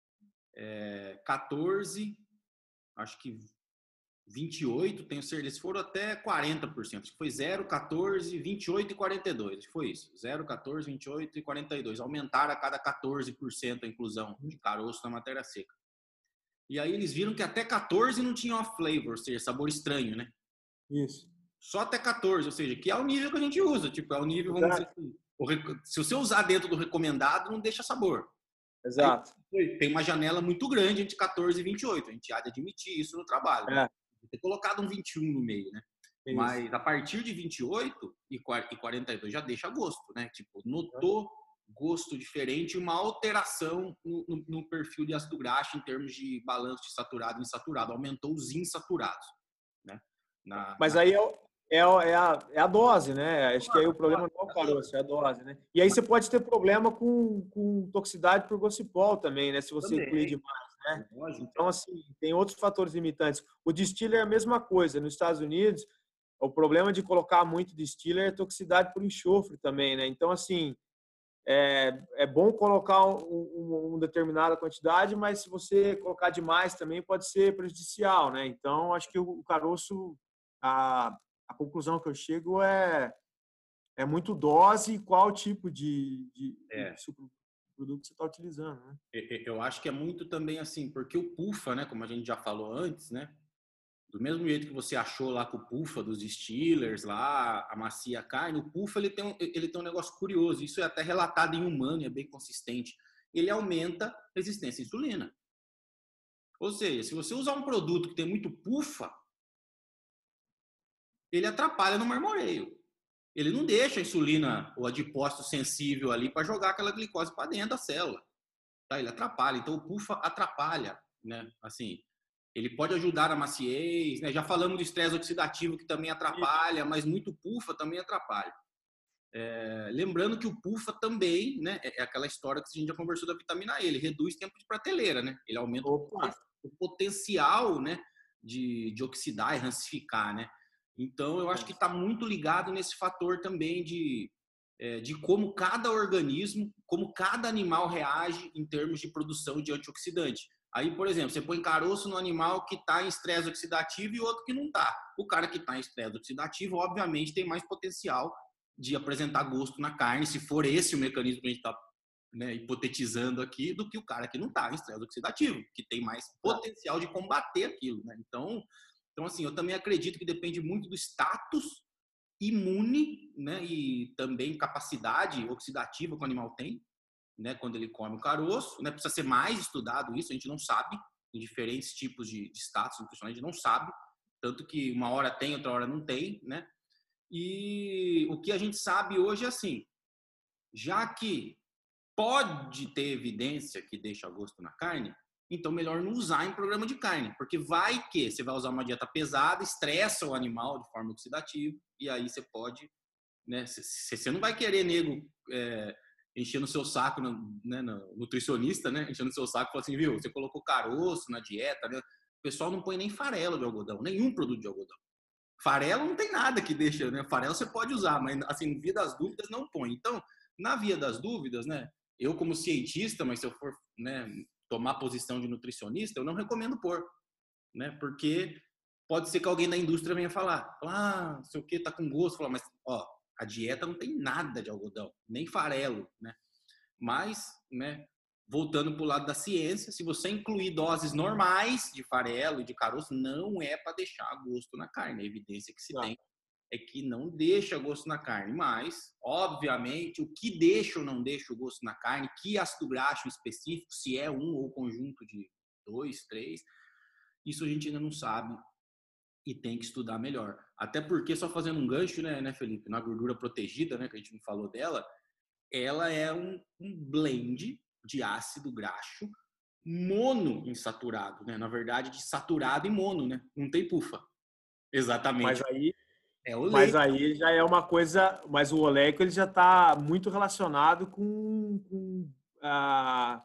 é, quatorze, acho que vinte e oito, tenho certeza, eles foram até quarenta por cento. Acho que foi zero, quatorze, vinte e oito e quarenta e dois. Acho que foi isso. zero, quatorze, vinte e oito e quarenta e dois. Aumentaram a cada quatorze por cento a inclusão de caroço na matéria seca. E aí eles viram que até quatorze não tinha off flavor, ou seja, sabor estranho, né? Isso. Só até quatorze, ou seja, que é o nível que a gente usa. Tipo, é o nível, vamos dizer assim, se você usar dentro do recomendado, não deixa sabor. Exato. Aí, tem uma janela muito grande entre quatorze e vinte e oito. A gente há de admitir isso no trabalho. É. Né? Ter colocado um vinte e um no meio, né? Isso. Mas a partir de vinte e oito e quarenta e dois já deixa gosto, né? Tipo, notou gosto diferente, uma alteração no, no, no perfil de ácido graxo em termos de balanço de saturado e insaturado. Aumentou os insaturados, né? Na, Mas na... aí é, é, é, a, é a dose, né? Acho que aí o problema não é o caroço, é a dose, né? E aí você pode ter problema com, com toxicidade por gocipol também, né? Se você também incluir demais, né? Então, assim, tem outros fatores limitantes. O distiller é a mesma coisa. Nos Estados Unidos, o problema de colocar muito distiller é toxicidade por enxofre também, né? Então, assim, é, é bom colocar uma um, um determinada quantidade, mas se você colocar demais também pode ser prejudicial, né? Então, acho que o caroço, a, a conclusão que eu chego é, é muito dose e qual tipo de, de, é. de produto você está utilizando, né? Eu acho que é muito também assim, porque o P U F A, né, como a gente já falou antes, né, do mesmo jeito que você achou lá com o P U F A dos distillers lá, a macia carne, o P U F A ele tem, um, ele tem um negócio curioso, isso é até relatado em humano, é bem consistente. Ele aumenta a resistência à insulina. Ou seja, se você usar um produto que tem muito P U F A, ele atrapalha no marmoreio. Ele não deixa a insulina, o adipócito sensível ali para jogar aquela glicose para dentro da célula. Tá? Ele atrapalha. Então, o P U F A atrapalha, né? Assim, ele pode ajudar na maciez, né? Já falamos do estresse oxidativo, que também atrapalha, mas muito P U F A também atrapalha. É, lembrando que o P U F A também, né? É aquela história que a gente já conversou da vitamina E, ele reduz tempo de prateleira, né? Ele aumenta Opa. o potencial, né? De, de oxidar e rancificar, né? Então, eu acho que está muito ligado nesse fator também de, de como cada organismo, como cada animal reage em termos de produção de antioxidante. Aí, por exemplo, você põe caroço no animal que está em estresse oxidativo e outro que não está. O cara que está em estresse oxidativo, obviamente, tem mais potencial de apresentar gosto na carne, se for esse o mecanismo que a gente está, né, hipotetizando aqui, do que o cara que não está em estresse oxidativo, que tem mais potencial de combater aquilo. Né? Então... Então, assim, eu também acredito que depende muito do status imune, né, e também capacidade oxidativa que o animal tem, né, quando ele come o caroço, né, precisa ser mais estudado isso, a gente não sabe, em diferentes tipos de, de status nutricionais, a gente não sabe, tanto que uma hora tem, outra hora não tem, né, e o que a gente sabe hoje é assim, já que pode ter evidência que deixa gosto na carne, então melhor não usar em programa de carne, porque vai que você vai usar uma dieta pesada, estressa o animal de forma oxidativa, e aí você pode, né, você não vai querer, nego, é, enchendo o seu saco, né, no nutricionista, né, enchendo o seu saco e falar assim, viu, você colocou caroço na dieta, né? O pessoal não põe nem farelo de algodão, nenhum produto de algodão. Farelo não tem nada que deixa, né? Farelo você pode usar, mas assim, via das dúvidas não põe. Então, na via das dúvidas, né, eu como cientista, mas se eu for, né, tomar posição de nutricionista, eu não recomendo pôr, né? Porque pode ser que alguém da indústria venha falar, ah, não sei o que, tá com gosto, falar, mas ó, a dieta não tem nada de algodão, nem farelo, né? Mas, né, voltando para o lado da ciência, se você incluir doses normais de farelo e de caroço, não é para deixar gosto na carne. A evidência que se Tá. tem é que não deixa gosto na carne, mas, obviamente, o que deixa ou não deixa o gosto na carne, que ácido graxo específico, se é um ou conjunto de dois, três, isso a gente ainda não sabe e tem que estudar melhor. Até porque, só fazendo um gancho, né, né, Felipe, na gordura protegida, né, que a gente não falou dela, ela é um, um blend de ácido graxo monoinsaturado, né? Na verdade, de saturado e mono, né? Não tem pufa. Mas Exatamente. aí, É o mas leite. aí já é uma coisa, mas o oleico ele já está muito relacionado com, com ah,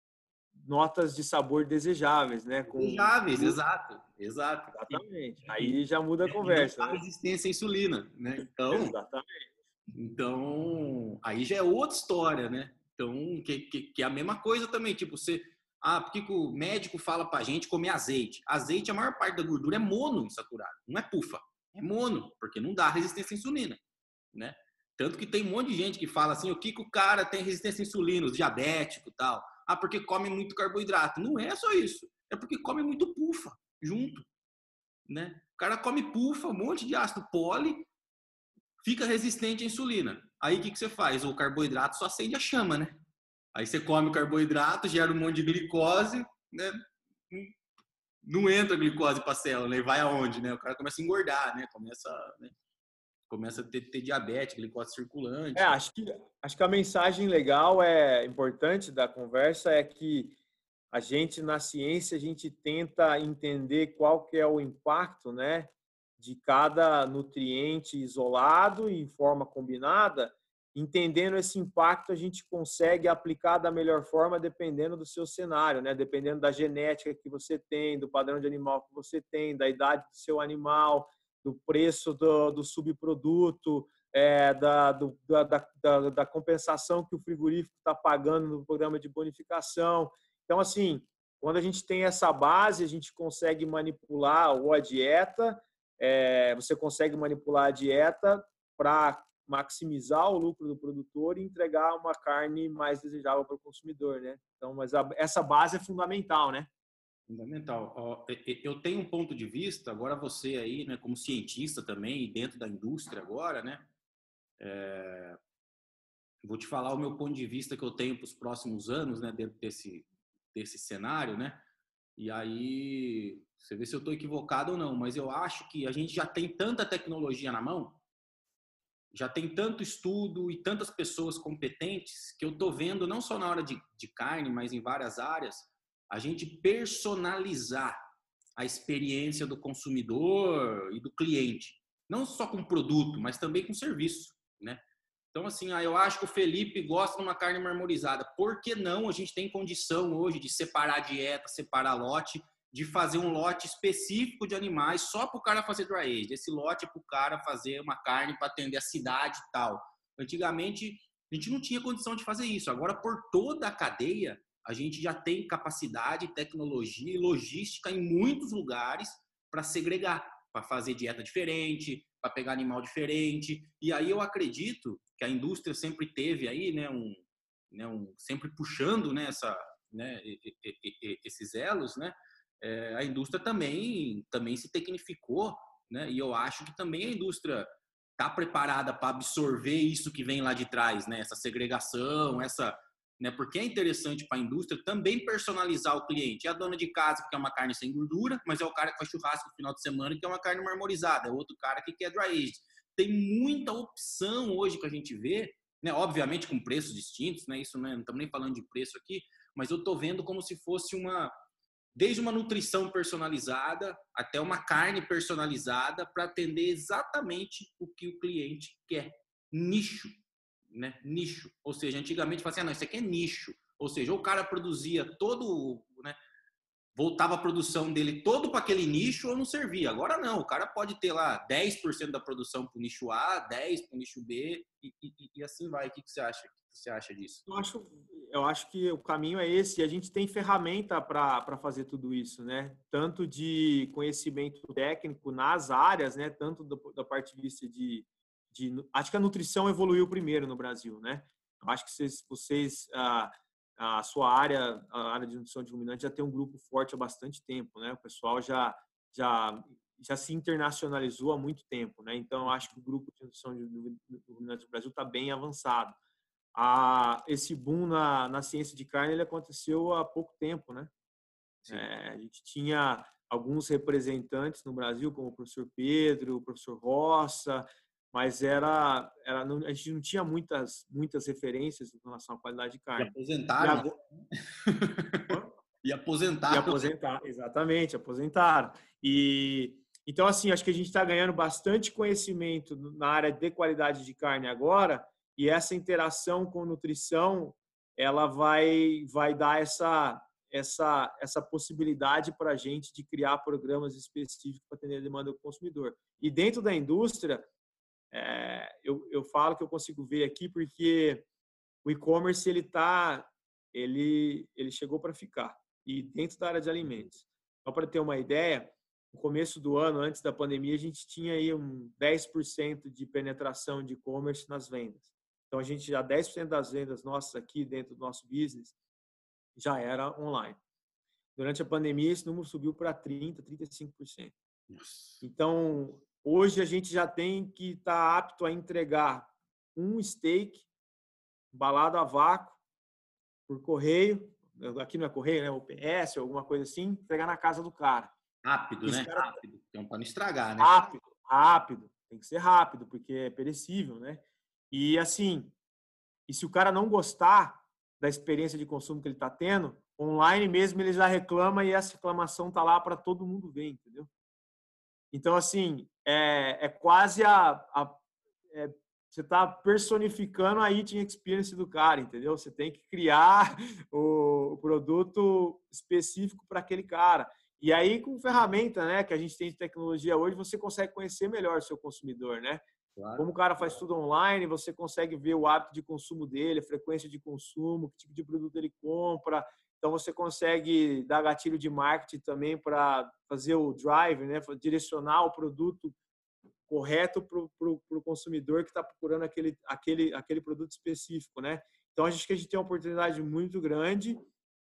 notas de sabor desejáveis, né? Com Desejáveis, exato, exato. E, exatamente. e, Aí já muda a e não conversa, há né? resistência à insulina, né? Então, Exatamente. então aí já é outra história, né? Então, que, que, que é a mesma coisa também, tipo, você, ah, por que, que o médico fala pra gente comer azeite? Azeite, a maior parte da gordura é monoinsaturada, não é pufa, é mono, porque não dá resistência à insulina, né? Tanto que tem um monte de gente que fala assim, o que, que o cara tem resistência à insulina, os diabéticos e tal. Ah, porque come muito carboidrato. Não é só isso, é porque come muito pufa junto, né? O cara come pufa, um monte de ácido poli, fica resistente à insulina. Aí o que, que você faz? O carboidrato só acende a chama, né? Aí você come o carboidrato, gera um monte de glicose, né? Não entra glicose para a célula, né? E vai aonde, né? O cara começa a engordar, né? Começa, né? Começa a ter, ter diabetes, glicose É, circulante. acho que, acho que a mensagem legal é importante da conversa é que a gente na ciência a gente tenta entender qual que é o impacto, né, de cada nutriente isolado e em forma combinada. Entendendo esse impacto, a gente consegue aplicar da melhor forma dependendo do seu cenário, né? Dependendo da genética que você tem, do padrão de animal que você tem, da idade do seu animal, do preço do, do subproduto, é, da, do, da, da, da compensação que o frigorífico está pagando no programa de bonificação. Então, assim, quando a gente tem essa base, a gente consegue manipular ou a dieta, é, você consegue manipular a dieta para maximizar o lucro do produtor e entregar uma carne mais desejável para o consumidor, né? Então, mas a, essa base é fundamental, né? Fundamental. Ó, eu tenho um ponto de vista, agora você aí, né, como cientista também, e dentro da indústria agora, né, é, vou te falar o meu ponto de vista que eu tenho para os próximos anos, né, dentro desse, desse cenário, né, e aí você vê se eu estou equivocado ou não, mas eu acho que a gente já tem tanta tecnologia na mão, já tem tanto estudo e tantas pessoas competentes que eu estou vendo, não só na hora de, de carne, mas em várias áreas, a gente personalizar a experiência do consumidor e do cliente. Não só com produto, mas também com serviço, né? Então, assim, eu acho que o Felipe gosta de uma carne marmorizada. Por que não a gente tem condição hoje de separar dieta, separar lote, de fazer um lote específico de animais só para o cara fazer dry age? Esse lote é para o cara fazer uma carne para atender a cidade e tal. Antigamente, a gente não tinha condição de fazer isso. Agora, por toda a cadeia, a gente já tem capacidade, tecnologia e logística em muitos lugares para segregar, para fazer dieta diferente, para pegar animal diferente. E aí eu acredito que a indústria sempre teve aí, né, um, né, um sempre puxando, né, essa, né, esses elos, né? É, a indústria também também se tecnificou, né? E eu acho que também a indústria tá preparada para absorver isso que vem lá de trás, né? Essa segregação, essa, né? Porque é interessante para a indústria também personalizar o cliente. É a dona de casa que quer uma carne sem gordura, mas é o cara que faz churrasco no final de semana que quer uma carne marmorizada, é outro cara que quer dry aged. Tem muita opção hoje que a gente vê, né? Obviamente com preços distintos, né? Isso, né? Não estamos nem falando de preço aqui, mas eu tô vendo como se fosse uma, desde uma nutrição personalizada até uma carne personalizada para atender exatamente o que o cliente quer. Nicho, né? Nicho. Ou seja, antigamente falava assim, ah, não, isso aqui é nicho. Ou seja, ou o cara produzia todo, né? Voltava a produção dele todo para aquele nicho ou não servia. Agora não, o cara pode ter lá dez por cento da produção para o nicho A, dez por cento para o nicho B e, e, e assim vai. O que, que você acha? O que você acha disso? Eu acho, eu acho que o caminho é esse, e a gente tem ferramenta para fazer tudo isso, né? Tanto de conhecimento técnico nas áreas, né? Tanto do, da parte de vista de, de... Acho que a nutrição evoluiu primeiro no Brasil, né? Eu acho que vocês, vocês a, a sua área, a área de nutrição de ruminantes já tem um grupo forte há bastante tempo, né? O pessoal já, já, já se internacionalizou há muito tempo, né? Então, eu acho que o grupo de nutrição de ruminantes do Brasil está bem avançado. A, esse boom na, na ciência de carne ele aconteceu há pouco tempo, né? É, a gente tinha alguns representantes no Brasil, como o professor Pedro, o professor Roça, mas era, era não, a gente não tinha muitas, muitas referências em relação à qualidade de carne. E aposentaram. E, agora... e aposentaram. E aposentaram, exatamente, aposentaram. E então, assim, acho que a gente está ganhando bastante conhecimento na área de qualidade de carne agora, e essa interação com nutrição, ela vai, vai dar essa, essa, essa possibilidade para a gente de criar programas específicos para atender a demanda do consumidor. E dentro da indústria, é, eu, eu falo que eu consigo ver aqui porque o e-commerce ele tá, ele, ele chegou para ficar, e dentro da área de alimentos. Só para ter uma ideia, no começo do ano, antes da pandemia, a gente tinha aí um dez por cento de penetração de e-commerce nas vendas. Então, a gente já dez por cento das vendas nossas aqui dentro do nosso business já era online. Durante a pandemia, esse número subiu para trinta por cento, trinta e cinco por cento. Então, hoje a gente já tem que estar tá apto a entregar um steak embalado a vácuo por correio, aqui não é correio, né? O P S, alguma coisa assim, entregar na casa do cara. Rápido, Esse né? cara... Rápido. Então, para não estragar, né? Rápido, rápido. Tem que ser rápido, porque é perecível, né? E assim, e se o cara não gostar da experiência de consumo que ele está tendo, online mesmo ele já reclama e essa reclamação tá lá para todo mundo ver, entendeu? Então, assim, é, é quase a... a é, você está personificando a eating experience do cara, entendeu? Você tem que criar o, o produto específico para aquele cara. E aí, com ferramenta, né, que a gente tem de tecnologia hoje, você consegue conhecer melhor o seu consumidor, né? Claro. Como o cara faz tudo online, você consegue ver o hábito de consumo dele, a frequência de consumo, que tipo de produto ele compra. Então, você consegue dar gatilho de marketing também para fazer o drive, né, direcionar o produto correto para o consumidor que está procurando aquele, aquele, aquele produto específico, né? Então, acho que a gente tem uma oportunidade muito grande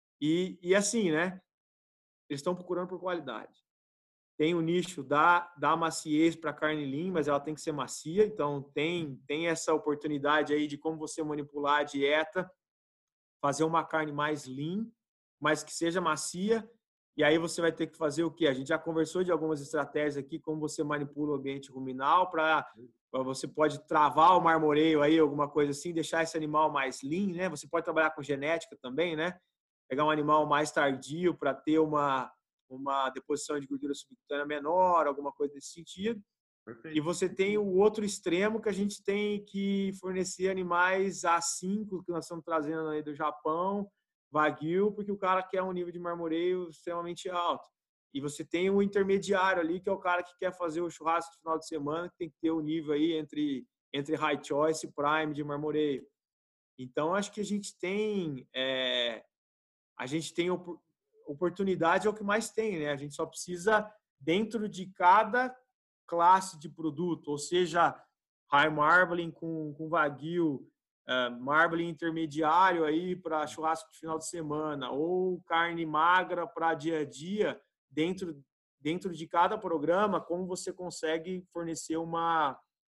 e, e assim, né? Eles estão procurando por qualidade. Tem o nicho da, da maciez para carne lean, mas ela tem que ser macia, então tem, tem essa oportunidade aí de como você manipular a dieta, fazer uma carne mais lean, mas que seja macia. E aí você vai ter que fazer o quê? A gente já conversou de algumas estratégias aqui, como você manipula o ambiente ruminal, para você pode travar o marmoreio aí, alguma coisa assim, deixar esse animal mais lean, né? Você pode trabalhar com genética também, né? Pegar um animal mais tardio para ter uma, uma deposição de gordura subcutânea menor, alguma coisa desse sentido. Perfeito. E você tem o outro extremo que a gente tem que fornecer animais A cinco, que nós estamos trazendo aí do Japão, Wagyu, porque o cara quer um nível de marmoreio extremamente alto. E você tem o intermediário ali, que é o cara que quer fazer o churrasco no final de semana, que tem que ter o um nível aí entre, entre high choice e prime de marmoreio. Então, acho que a gente tem, é, a gente tem oportunidade, é o que mais tem, né? A gente só precisa, dentro de cada classe de produto, ou seja, high marbling com, com Wagyu, Uh, marbling intermediário aí para churrasco de final de semana, ou carne magra para dia a dia, dentro, dentro de cada programa, como você consegue fornecer uma,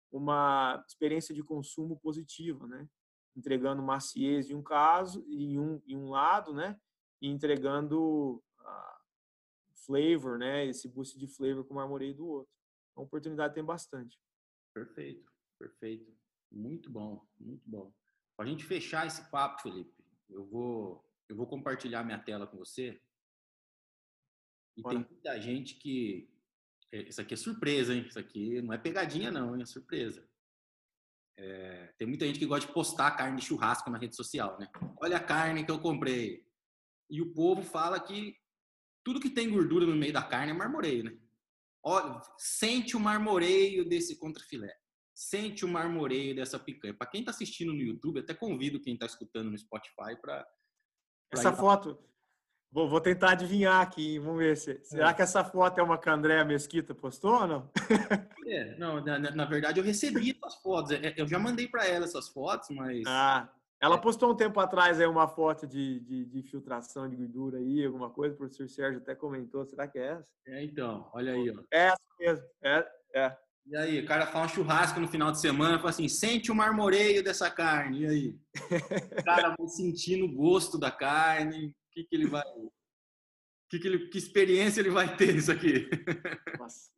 uma experiência de consumo positiva, né? Entregando maciez em um caso, em um, em um lado, né? E entregando uh, flavor, né? Esse boost de flavor com o marmoreio do outro. A oportunidade tem bastante. Perfeito, perfeito. Muito bom, muito bom. Para a gente fechar esse papo, Felipe, eu vou, eu vou compartilhar minha tela com você. E Bora. Tem muita gente que... Isso aqui é surpresa, hein? Isso aqui não é pegadinha, não, hein? É surpresa. É... Tem muita gente que gosta de postar carne de churrasco na rede social, né? Olha a carne que eu comprei. E o povo fala que tudo que tem gordura no meio da carne é marmoreio, né? Olha, sente o marmoreio desse contrafilé. Sente o marmoreio dessa picanha. Para quem está assistindo no YouTube, até convido quem está escutando no Spotify para... Essa foto, vou, vou tentar adivinhar aqui, vamos ver se... Será é. que essa foto é uma que a Andréa Mesquita postou ou não? É, não, na, na verdade eu recebi essas fotos. Eu já mandei para ela essas fotos, mas... Ah, ela postou um tempo atrás aí uma foto de, de, de filtração de gordura aí, alguma coisa, o professor Sérgio até comentou. Será que é essa? É, então, olha aí, ó. É essa mesmo, é, é. E aí, o cara faz um churrasco no final de semana, fala assim, sente o marmoreio dessa carne, e aí? O cara vai sentindo o gosto da carne, o que que ele vai... Que, que, ele, que experiência ele vai ter nisso aqui? Nossa.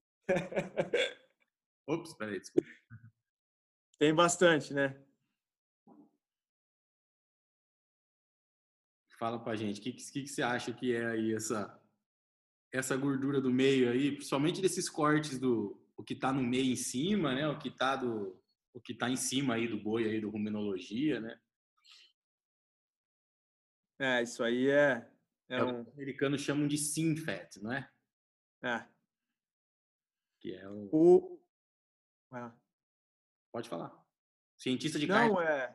Ops, peraí, desculpa. Tem bastante, né? Fala pra gente, o que, que, que você acha que é aí essa, essa gordura do meio aí, principalmente desses cortes do o que tá no meio em cima, né? O que tá do o que tá em cima aí do boi aí do rumenologia, né? É, isso aí é é, é um... o que os americanos chamam de sim fat, não é? É. Que é o, o... É. Pode falar. Cientista de Não, carne. é.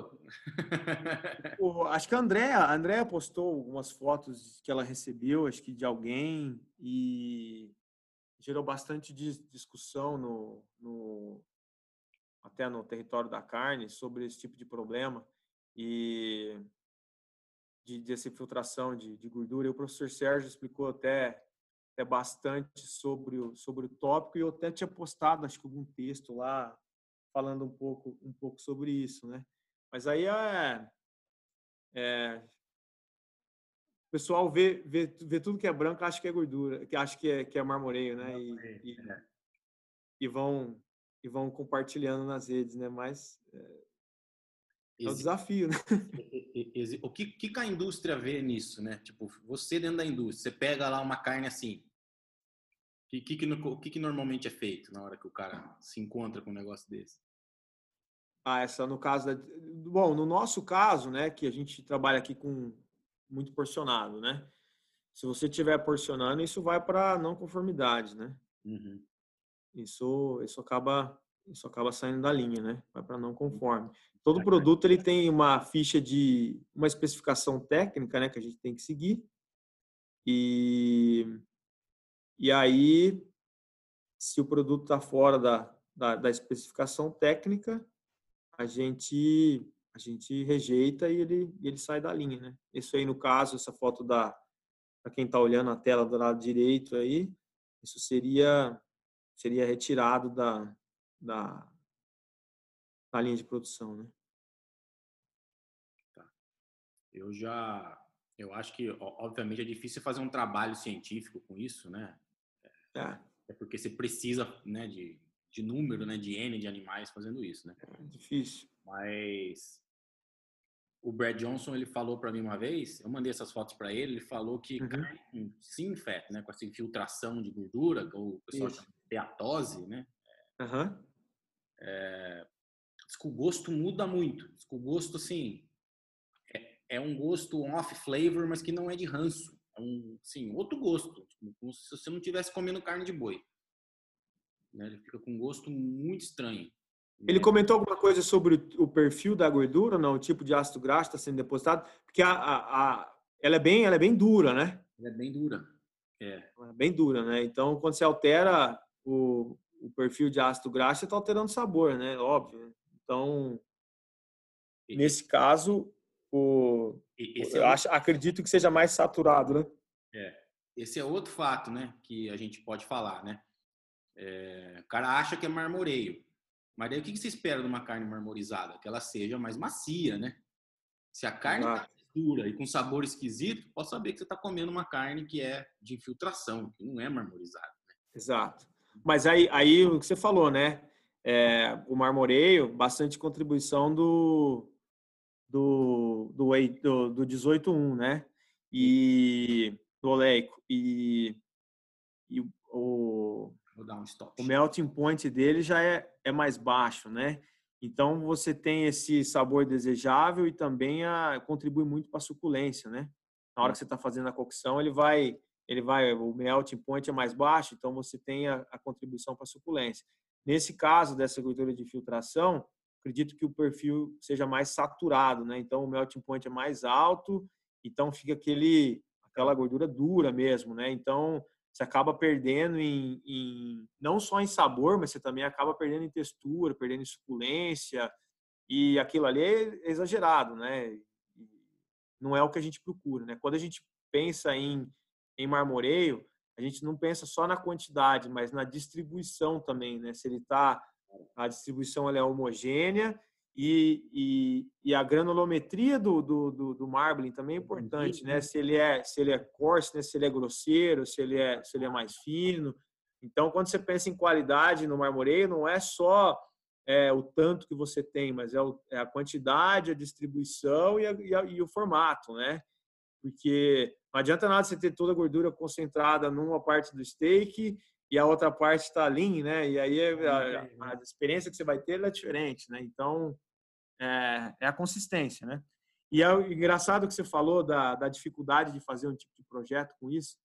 o, acho que a Andréa, a Andréa postou algumas fotos que ela recebeu, acho que de alguém, e gerou bastante discussão no, no até no território da carne sobre esse tipo de problema e de dessa infiltração de, de gordura. E o professor Sérgio explicou até, até bastante sobre o, sobre o tópico, e eu até tinha postado, acho que algum texto lá falando um pouco, um pouco sobre isso, né? Mas aí é, é o pessoal vê, vê, vê tudo que é branco, acha que é gordura, que acha que é, que é marmoreio, né? E, e, é. e vão e vão compartilhando nas redes, né? Mas é, é o desafio, né? O que, que a indústria vê nisso, né? Tipo, você dentro da indústria, você pega lá uma carne assim, o que, que, que, que normalmente é feito na hora que o cara se encontra com um negócio desse? Ah, essa no caso da... Bom, no nosso caso, né, que a gente trabalha aqui com muito porcionado, né? Se você estiver porcionando, isso vai para não conformidade, né? Uhum. Isso, isso acaba, isso acaba saindo da linha, né? Vai para não conforme. Todo produto ele tem uma ficha de uma especificação técnica, né, que a gente tem que seguir. E e aí, se o produto está fora da, da, da especificação técnica, a gente a gente rejeita e ele ele sai da linha, né? Isso aí, no caso, essa foto da para quem está olhando a tela do lado direito aí, isso seria seria retirado da da, da linha de produção, né? Tá. Eu já eu acho que obviamente é difícil fazer um trabalho científico com isso, né? É, é porque você precisa, né, de de número, né, de N de animais fazendo isso, né? É difícil. Mas o Brad Johnson, ele falou para mim uma vez, eu mandei essas fotos para ele, ele falou que uhum. carne com sim fat, né, com essa infiltração de gordura, ou o pessoal Isso. chama de steatose, né? Uhum. É, diz que o gosto muda muito. Diz que o gosto, assim, é, é um gosto off flavor, mas que não é de ranço. É um, assim, outro gosto, como se você não estivesse comendo carne de boi. Né? Ele fica com um gosto muito estranho. Ele comentou alguma coisa sobre o perfil da gordura, não? O tipo de ácido graxo está sendo depositado? Porque a, a, a, ela, é bem, ela é bem dura, né? Ela é bem dura. É. é bem dura, né? Então, quando você altera o, o perfil de ácido graxo, você está alterando o sabor, né? Óbvio. Então, e, nesse caso, o, esse eu é acho, outro... acredito que seja mais saturado, né? É. Esse é outro fato, né? Que a gente pode falar, né? É, o cara acha que é marmoreio. Mas daí o que você espera de uma carne marmorizada? Que ela seja mais macia, né? Se a carne está dura e com sabor esquisito, pode saber que você está comendo uma carne que é de infiltração, que não é marmorizada. Né? Exato. Mas aí, aí o que você falou, né? É, o marmoreio, bastante contribuição do do do, do, do dezoito um, né? E do oleico. E, e o, Vou dar um stop. o melting point dele já é, é mais baixo, né? Então você tem esse sabor desejável e também a, contribui muito para a suculência, né? Na hora que você está fazendo a cocção, ele vai, ele vai, o melting point é mais baixo, então você tem a, a contribuição para a suculência. Nesse caso dessa gordura de filtração, acredito que o perfil seja mais saturado, né? Então o melting point é mais alto, então fica aquele, aquela gordura dura mesmo, né? Então você acaba perdendo em, em, não só em sabor, mas você também acaba perdendo em textura, perdendo em suculência, e aquilo ali é exagerado, né? Não é o que a gente procura, né? Quando a gente pensa em, em marmoreio, a gente não pensa só na quantidade, mas na distribuição também, né? Se ele tá, a distribuição ela é homogênea e, e, e a granulometria do, do, do, do marbling também é importante, né? Se ele é, se ele é coarse, né? Se ele é grosseiro, se ele é, se ele é mais fino. Então, quando você pensa em qualidade no marmoreio, não é só é, o tanto que você tem, mas é, o, é a quantidade, a distribuição e, a, e, a, e o formato, né? Porque não adianta nada você ter toda a gordura concentrada numa parte do steak e a outra parte está lean, né? E aí a, a experiência que você vai ter é diferente, né? Então, é, é a consistência, né? E é engraçado que você falou da, da dificuldade de fazer um tipo de projeto com isso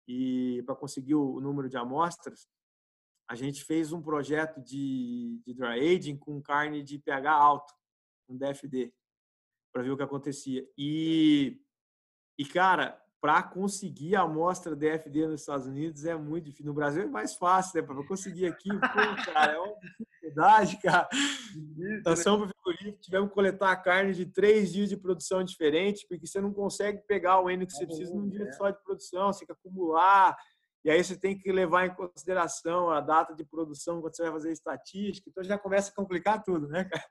e para conseguir o número de amostras, a gente fez um projeto de, de dry aging com carne de pH alto, um D F D, para ver o que acontecia. E, e cara, para conseguir a amostra D F D nos Estados Unidos é muito difícil. No Brasil é mais fácil, né? Para conseguir aqui, pô, cara, é uma dificuldade, cara. Estação para frigorífico, tivemos que coletar a carne de três dias de produção diferentes, porque você não consegue pegar o N que você precisa num dia só de produção, você tem que acumular. E aí você tem que levar em consideração a data de produção quando você vai fazer estatística. Então já começa a complicar tudo, né, cara?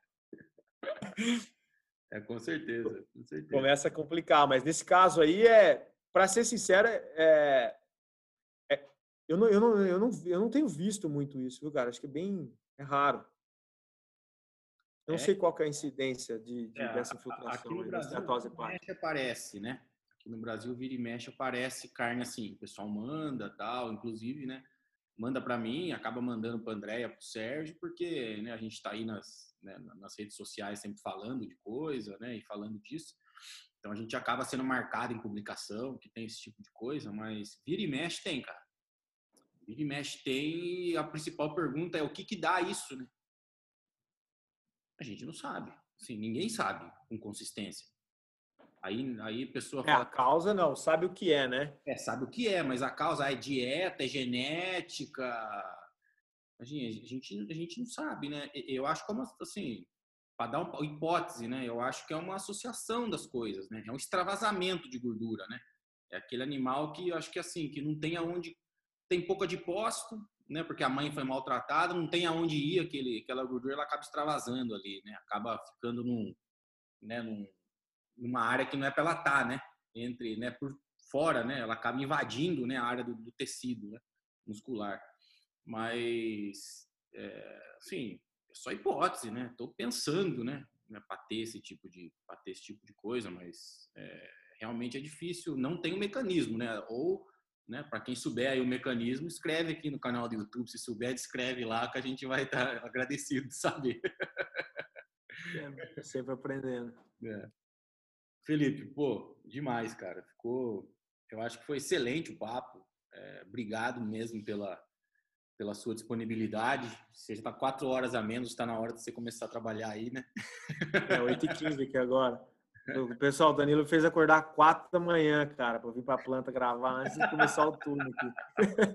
É, com certeza, com certeza. Começa a complicar, mas nesse caso aí, é, para ser sincero, é, é, eu, não, eu, não, eu, não, eu não tenho visto muito isso, viu, cara? Acho que é bem é raro. Eu não é, sei qual que é a incidência de, de, é, dessa infiltração. Aqui no Brasil, vira e mexe aparece, né? Aqui no Brasil, vira e mexe aparece carne assim. O pessoal manda, tal, inclusive, né? Manda para mim, acaba mandando para Andréia, para o Sérgio, porque né, a gente está aí nas, né, nas redes sociais sempre falando de coisa, né? E falando disso. Então a gente acaba sendo marcado em publicação, que tem esse tipo de coisa, mas vira e mexe tem, cara. Vira e mexe tem, e a principal pergunta é o que que dá isso, né? A gente não sabe. Assim, ninguém sabe com consistência. Aí, aí a pessoa fala... É, a causa não, sabe o que é, né? É, sabe o que é, mas a causa é dieta, é genética... A gente, a gente, a gente não sabe, né? Eu acho que é uma, assim, para dar uma hipótese, né? Eu acho que é uma associação das coisas, né? É um extravasamento de gordura, né? É aquele animal que eu acho que, assim, que não tem aonde... Tem pouco adipócito, né? Porque a mãe foi maltratada, não tem aonde ir aquele, aquela gordura, ela acaba extravasando ali, né? Acaba ficando num, né? Num, numa área que não é para ela estar, né? Entre, né? Por fora, né? Ela acaba invadindo, né? A área do, do tecido, né? Muscular. Mas, é, assim, é só hipótese, né? Estou pensando, né? Para ter esse tipo de, para ter esse tipo de coisa, mas é, realmente é difícil. Não tem um mecanismo, né? Ou né? Para quem souber aí o mecanismo, escreve aqui no canal do YouTube. Se souber, escreve lá que a gente vai estar agradecido de saber. É, sempre aprendendo. É. Felipe, pô, demais, cara. Ficou, eu acho que foi excelente o papo. É, obrigado mesmo pela, pela sua disponibilidade. Você já está quatro horas a menos, está na hora de você começar a trabalhar aí, né? É oito e quinze aqui agora. O pessoal, o Danilo fez acordar quatro da manhã, cara, para vir para a planta gravar antes de começar o turno aqui.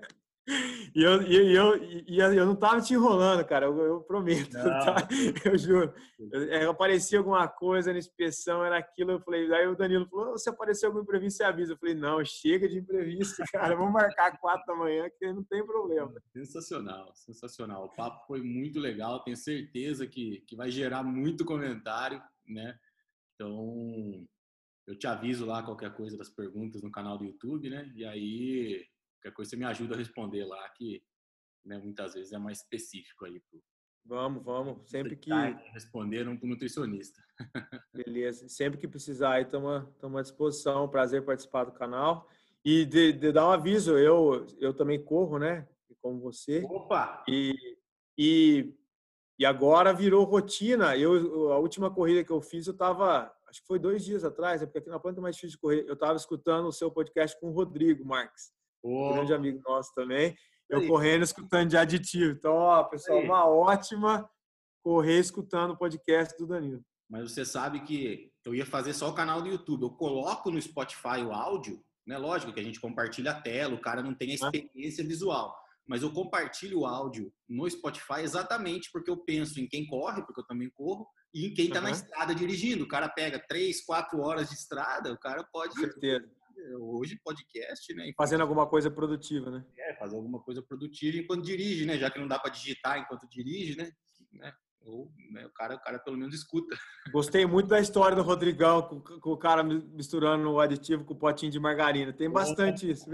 E eu, e eu, e eu, eu não tava te enrolando, cara, eu, eu prometo, tá? Eu juro. Eu, aparecia alguma coisa na inspeção, era aquilo, eu falei, aí o Danilo falou, se aparecer algum imprevisto, você avisa. Eu falei, não, chega de imprevisto, cara, vamos marcar quatro da manhã, que não tem problema. Sensacional, sensacional. O papo foi muito legal, tenho certeza que, que vai gerar muito comentário, né? Então, eu te aviso lá qualquer coisa das perguntas no canal do YouTube, né? E aí, qualquer coisa você me ajuda a responder lá, que, né, muitas vezes é mais específico aí. Pro... Vamos, vamos. Sempre que... responder um nutricionista. Beleza. Sempre que precisar, aí estamos à disposição. Prazer participar do canal. E de, de dar um aviso, eu, eu também corro, né? Como você. Opa! E, e, e agora virou rotina. Eu, a última corrida que eu fiz, eu estava... Acho que foi dois dias atrás, é porque aqui na planta é mais difícil de correr. Eu estava escutando o seu podcast com o Rodrigo Marques, um grande amigo nosso também. Eu aí. correndo, escutando de aditivo. Então, ó, pessoal, aí. uma ótima correr escutando o podcast do Danilo. Mas você sabe que eu ia fazer só o canal do YouTube. Eu coloco no Spotify o áudio, né? Lógico que a gente compartilha a tela, o cara não tem a experiência ah. visual. Mas eu compartilho o áudio no Spotify exatamente porque eu penso em quem corre, porque eu também corro, e em quem está uhum. na estrada dirigindo. O cara pega três, quatro horas de estrada, o cara pode... Certeza. Hoje, podcast, né? Fazendo alguma coisa produtiva, né? É, fazer alguma coisa produtiva enquanto dirige, né? Já que não dá para digitar enquanto dirige, né? né? Ou né? o, cara, o cara pelo menos escuta. Gostei muito da história do Rodrigão, com, com o cara misturando o aditivo com o potinho de margarina. Tem bastante isso.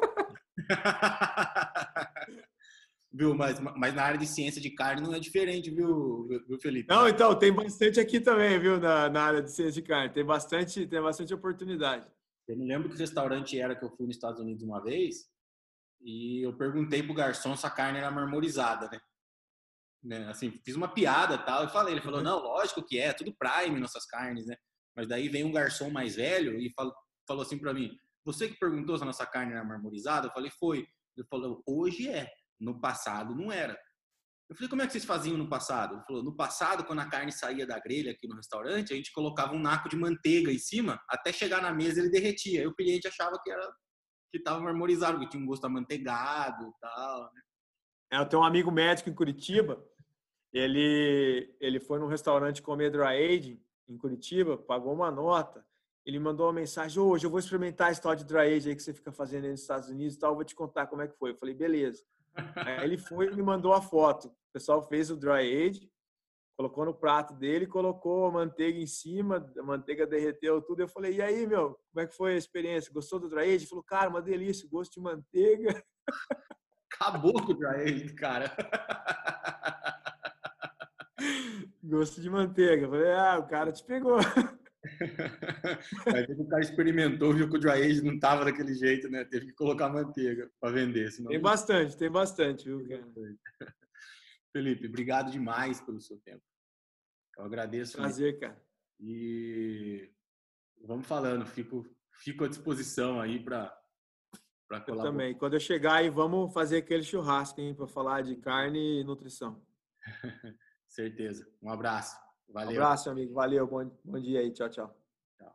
Viu? Mas, mas na área de ciência de carne não é diferente, viu, viu Felipe? Não, então, tem bastante aqui também, viu, na, na área de ciência de carne. Tem bastante, tem bastante oportunidade. Eu me lembro que restaurante era que eu fui nos Estados Unidos uma vez e eu perguntei pro garçom se a carne era marmorizada, né? né? Assim, fiz uma piada e tal e falei. Ele falou, não, lógico que é, tudo prime nossas carnes, né? Mas daí vem um garçom mais velho e falou, falou assim pra mim, você que perguntou se a nossa carne era marmorizada? Eu falei, foi. Ele falou, hoje é. No passado não era. Eu falei, como é que vocês faziam no passado? Ele falou, no passado, quando a carne saía da grelha aqui no restaurante, a gente colocava um naco de manteiga em cima, até chegar na mesa ele derretia. Aí o cliente achava que era que estava marmorizado, que tinha um gosto amanteigado e tal. Né? É, eu tenho um amigo médico em Curitiba, ele, ele foi num restaurante comer dry aging em Curitiba, pagou uma nota, ele mandou uma mensagem, hoje eu vou experimentar esse tal de dry aging aí que você fica fazendo aí nos Estados Unidos e tal, eu vou te contar como é que foi. Eu falei, beleza. Aí ele foi e me mandou a foto. O pessoal fez o dry age, colocou no prato dele, colocou a manteiga em cima, a manteiga derreteu tudo. Eu falei, e aí, meu, como é que foi a experiência? Gostou do dry age? Ele falou, cara, uma delícia, gosto de manteiga. Acabou com o dry age, cara. Gosto de manteiga. Eu falei, ah, o cara te pegou. Aí o cara experimentou, viu que o dry age não tava daquele jeito, né? Teve que colocar manteiga para vender. Senão... Tem bastante, tem bastante, viu, cara? Felipe, obrigado demais pelo seu tempo. Eu agradeço. Prazer, mesmo. cara. E vamos falando, fico, fico à disposição aí para para colaborar. Eu também. Quando eu chegar aí, vamos fazer aquele churrasco, hein, para falar de carne e nutrição. Certeza. Um abraço. Valeu. Um abraço, amigo. Valeu. Bom, bom dia aí. Tchau, tchau. Tchau.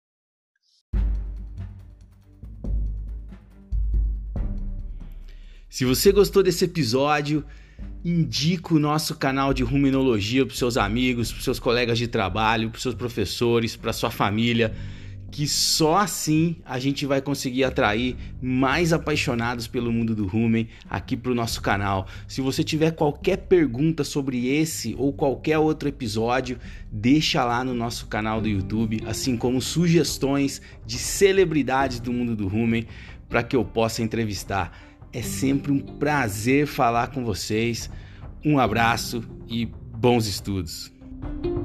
Se você gostou desse episódio, indica o nosso canal de ruminologia para os seus amigos, para os seus colegas de trabalho, para os seus professores, para a sua família, que só assim a gente vai conseguir atrair mais apaixonados pelo mundo do rumen aqui para o nosso canal. Se você tiver qualquer pergunta sobre esse ou qualquer outro episódio, deixa lá no nosso canal do YouTube, assim como sugestões de celebridades do mundo do rumen para que eu possa entrevistar. É sempre um prazer falar com vocês. Um abraço e bons estudos.